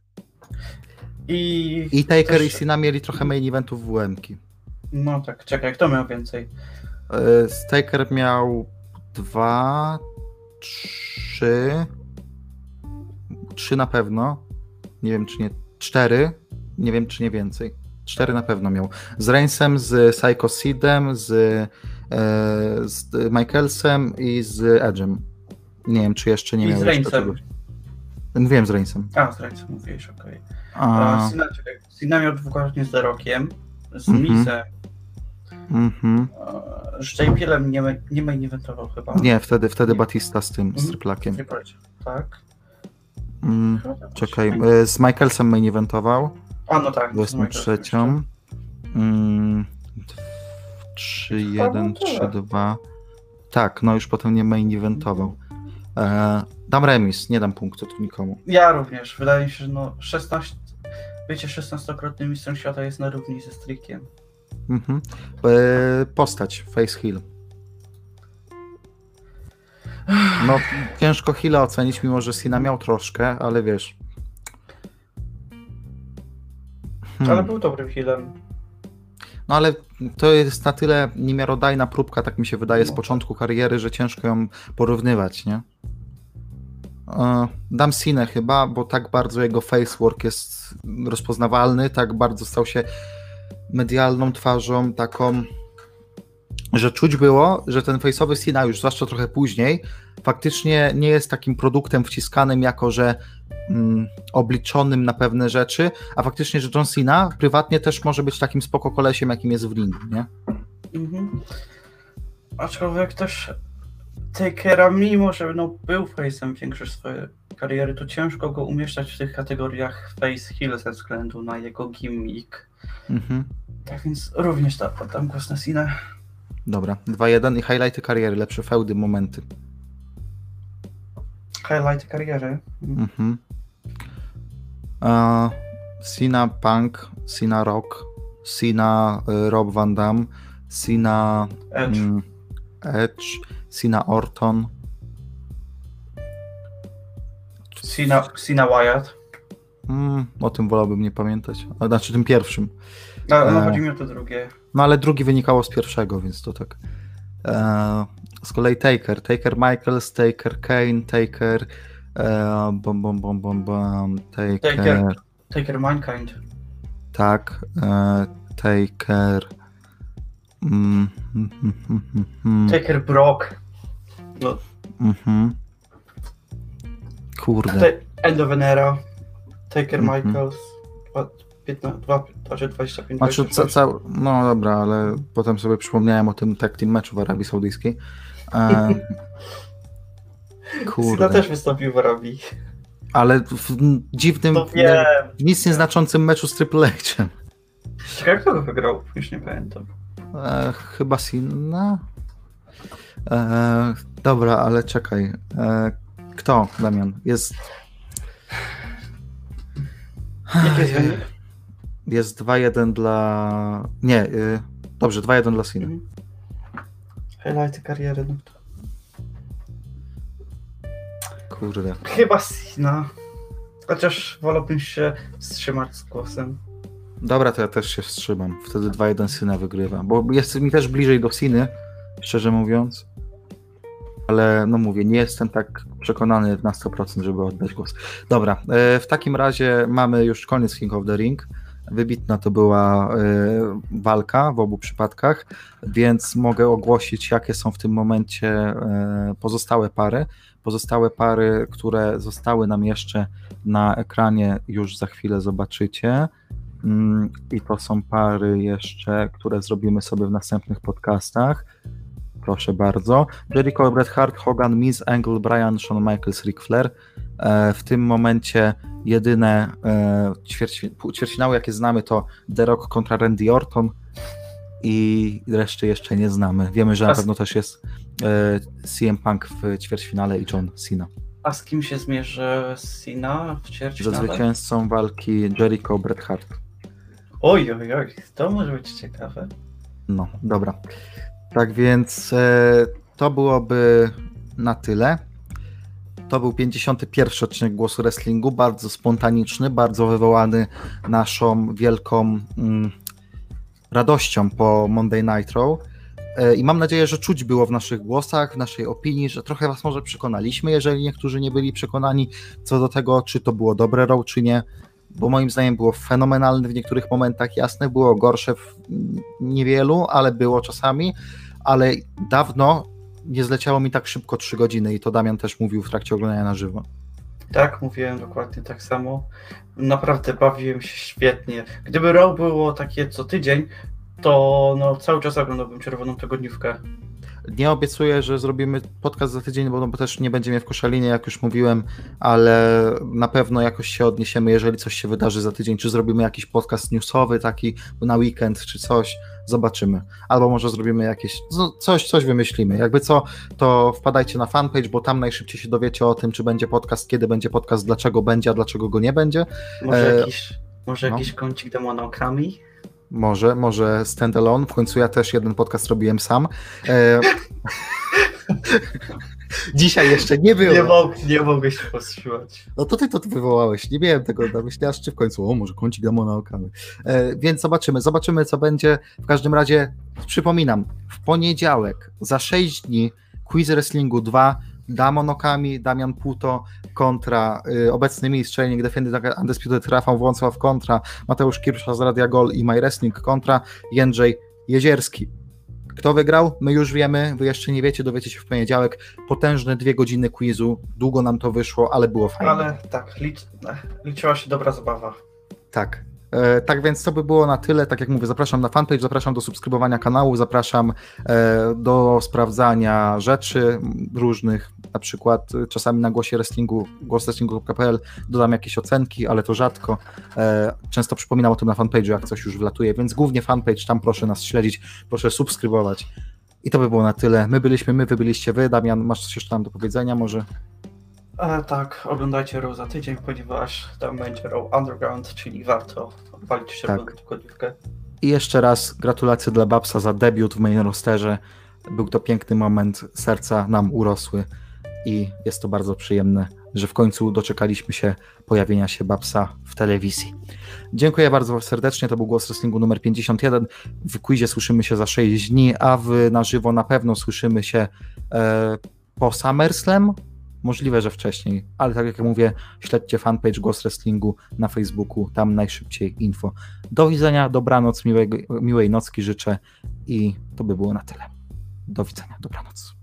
I, I Taker też- i Cena mieli trochę main eventów w U M ki. No tak, czekaj, kto miał więcej? E, Taker miał dwa, trzy, trzy na pewno. Nie wiem czy nie, cztery. Nie wiem czy nie więcej. Cztery na pewno miał. Z Reignsem, z Psycho Sidem, z, e, z Michaelsem i z Edge'em. Nie wiem czy jeszcze nie I miał z jeszcze Reignsem. czegoś. Wiem z Reignsem. A, z Reignsem mówiłeś, okej. A, Okay. Cena, czekaj, Cena miał dwukrotnie z The Rockiem, z Mhm. Mizem, mhm. e, z J P L-em nie, ma- nie main eventował chyba. Nie, wtedy, wtedy Nie. Batista z tym, z Mhm. Triplakiem. Nie powiedział, tak. Mm, Chyba tak. czekaj, e, z Michaelsem main eventował. A, no tak. dwudziestą trzecią. Mm, trzy jeden, trzy dwa. Tak, no już potem nie main eventował. E, dam remis, nie dam punktu tu nikomu. Ja również, wydaje mi się, że no szesnaście, wiecie, szesnastokrotny mistrzem świata jest na równi ze Strickiem. Mhm. E, postać, face heal. No, ciężko heala ocenić, mimo że Cena miał troszkę, ale wiesz. Hmm. Ale był dobrym healem. No ale to jest na tyle niemiarodajna próbka, tak mi się wydaje, z No. początku kariery, że ciężko ją porównywać, nie? E, Dam Cenę chyba, bo tak bardzo jego facework jest rozpoznawalny, tak bardzo stał się medialną twarzą, taką, że czuć było, że ten faceowy Cena już, zwłaszcza trochę później, faktycznie nie jest takim produktem wciskanym jako, że mm, obliczonym na pewne rzeczy, a faktycznie, że John Cena prywatnie też może być takim spoko kolesiem, jakim jest w ringu, nie? Mhm. Aczkolwiek też Takera, mimo że no, był face'em większość swojej kariery, to ciężko go umieszczać w tych kategoriach face-heel ze względu na jego gimmick. Mhm. Tak więc również da, oddam głos na Cenę. Dobra, dwa jeden i highlighty kariery, lepsze feudy, momenty. Highlight kariery. Mhm. E, Cena Punk, Cena Rock, Cena y, Rob Van Dam, Cena Edge. mm, Edge, Cena Orton, Cena, Cena Wyatt. Mm, o tym wolałbym nie pamiętać. A, znaczy tym pierwszym. No, no E, chodzi mi o to drugie. No ale drugi wynikało z pierwszego, więc to tak. E, z kolei Taker. Taker Michaels, Taker Kane, Taker... E, bom, bom, bom, bom, bom, Taker... Taker, Taker Mankind. Tak. E, Taker... Mm, mm, mm, mm, mm, Taker Brock. No, mhm. Kurde. te, End of an Era. Taker Mhm. Michaels. Dwa, piętnaście, dwa, znaczy dwadzieścia pięć, Znaczy, dwadzieścia ca, sześć. ca, no dobra, ale potem sobie przypomniałem o tym tag team meczu w Arabii Saudyjskiej. E, Cena kurde. też wystąpił w Arabii. Ale w dziwnym, To wiem. w nic nieznaczącym meczu z Triple H'em. Czekaj, kto go wygrał? Już nie pamiętam. E, chyba Cena? E, dobra, ale czekaj. E, kto, Damian? Jest... Jaki jest wynik? Jest dwa jeden dla... Nie, y, dobrze, dwa jeden dla Cena. Mhm. Highlighty kariery. No to... Kurde. Chyba Cena. Chociaż wolałbym się wstrzymać z głosem. Dobra, to ja też się wstrzymam. Wtedy dwa jeden Cena wygrywa. Bo jest mi też bliżej do Ceny, szczerze mówiąc. Ale no mówię, nie jestem tak przekonany na sto procent, żeby oddać głos. Dobra, e, w takim razie mamy już koniec King of the Ring. Wybitna to była e, walka w obu przypadkach, więc mogę ogłosić, jakie są w tym momencie e, pozostałe pary. Pozostałe pary, które zostały nam jeszcze na ekranie, już za chwilę zobaczycie. Mm, I to są pary jeszcze, które zrobimy sobie w następnych podcastach. Proszę bardzo. Jericho, Bret Hart, Hogan, Miz, Angle, Bryan, Shawn Michaels, Ric Flair. E, w tym momencie jedyne e, ćwierćfi- ćwierćfinały, jakie znamy, to The Rock kontra Randy Orton i reszty jeszcze nie znamy. Wiemy, że na A z- pewno też jest e, C M Punk w ćwierćfinale i John Cena. A z kim się zmierzy Cena w Ze ćwierćfinale? zwycięzcą walki Jericho, Bret Hart. Oj, oj, oj, to może być ciekawe. No, dobra. Tak więc e, to byłoby na tyle. To był pięćdziesiąty pierwszy odcinek Głosu Wrestlingu, bardzo spontaniczny, bardzo wywołany naszą wielką mm, radością po Monday Night Raw. E, I mam nadzieję, że czuć było w naszych głosach, w naszej opinii, że trochę was może przekonaliśmy, jeżeli niektórzy nie byli przekonani co do tego, czy to było dobre Raw, czy nie. Bo moim zdaniem było fenomenalne w niektórych momentach, jasne, było gorsze w niewielu, ale było czasami, ale dawno nie zleciało mi tak szybko trzy godziny i to Damian też mówił w trakcie oglądania na żywo. Tak, mówiłem dokładnie tak samo. Naprawdę bawiłem się świetnie. Gdyby Raw było takie co tydzień, to no, cały czas oglądałbym czerwoną tygodniówkę. Nie obiecuję, że zrobimy podcast za tydzień, bo, no, bo też nie będzie mnie w Koszalinie, jak już mówiłem, ale na pewno jakoś się odniesiemy, jeżeli coś się wydarzy za tydzień, czy zrobimy jakiś podcast newsowy taki na weekend, czy coś, zobaczymy. Albo może zrobimy jakieś, no, coś, coś wymyślimy. Jakby co, to wpadajcie na fanpage, bo tam najszybciej się dowiecie o tym, czy będzie podcast, kiedy będzie podcast, dlaczego będzie, a dlaczego go nie będzie. Może E, jakiś, może no. jakiś kącik demonokrami? Może, może standalone. W końcu ja też jeden podcast robiłem sam. E... Dzisiaj jeszcze nie było. Nie, mog, nie mogę się powstrzymać. No to ty to wywołałeś. Nie miałem tego na myśli, aż czy w końcu, o może kącik Damona Okamy. E, więc zobaczymy, zobaczymy co będzie. W każdym razie przypominam, w poniedziałek za sześć dni Quiz Wrestlingu dwa, Damon Okami, Damian Puto kontra y, obecny mistrz Training Defended Undisputed Rafał Wącław kontra Mateusz Kirsza z Radia Gol i My Wrestling kontra Jędrzej Jezierski. Kto wygrał? My już wiemy, wy jeszcze nie wiecie, dowiecie się w poniedziałek. Potężne dwie godziny quizu, długo nam to wyszło, ale było fajnie. Ale tak, licz, liczyła się dobra zabawa. Tak. E, tak więc to by było na tyle. Tak jak mówię, zapraszam na fanpage, zapraszam do subskrybowania kanału, zapraszam e, do sprawdzania rzeczy różnych, na przykład e, czasami na głosie wrestlingu, głos wrestlingu kropka p l dodam jakieś ocenki, ale to rzadko. E, często przypominam o tym na fanpage'u, jak coś już wlatuje, więc głównie fanpage, tam proszę nas śledzić, proszę subskrybować. I to by było na tyle. My byliśmy my, wy byliście wy. Damian, masz coś jeszcze tam do powiedzenia może? E, tak, oglądajcie Raw za tydzień, ponieważ tam będzie Raw Underground, czyli warto odpalić czerwoną Tak. tygodniówkę. I jeszcze raz gratulacje dla Babsa za debiut w main rosterze. Był to piękny moment, serca nam urosły i jest to bardzo przyjemne że w końcu doczekaliśmy się pojawienia się Babsa w telewizji. Dziękuję bardzo serdecznie, to był Głos Wrestlingu numer pięćdziesiąt jeden. W quizie słyszymy się za sześć dni, a w na żywo na pewno słyszymy się e, po SummerSlam. Możliwe, że wcześniej, ale tak jak mówię, śledźcie fanpage Głos Wrestlingu na Facebooku, tam najszybciej info. Do widzenia, dobranoc, miłej, miłej nocki życzę i to by było na tyle. Do widzenia, dobranoc.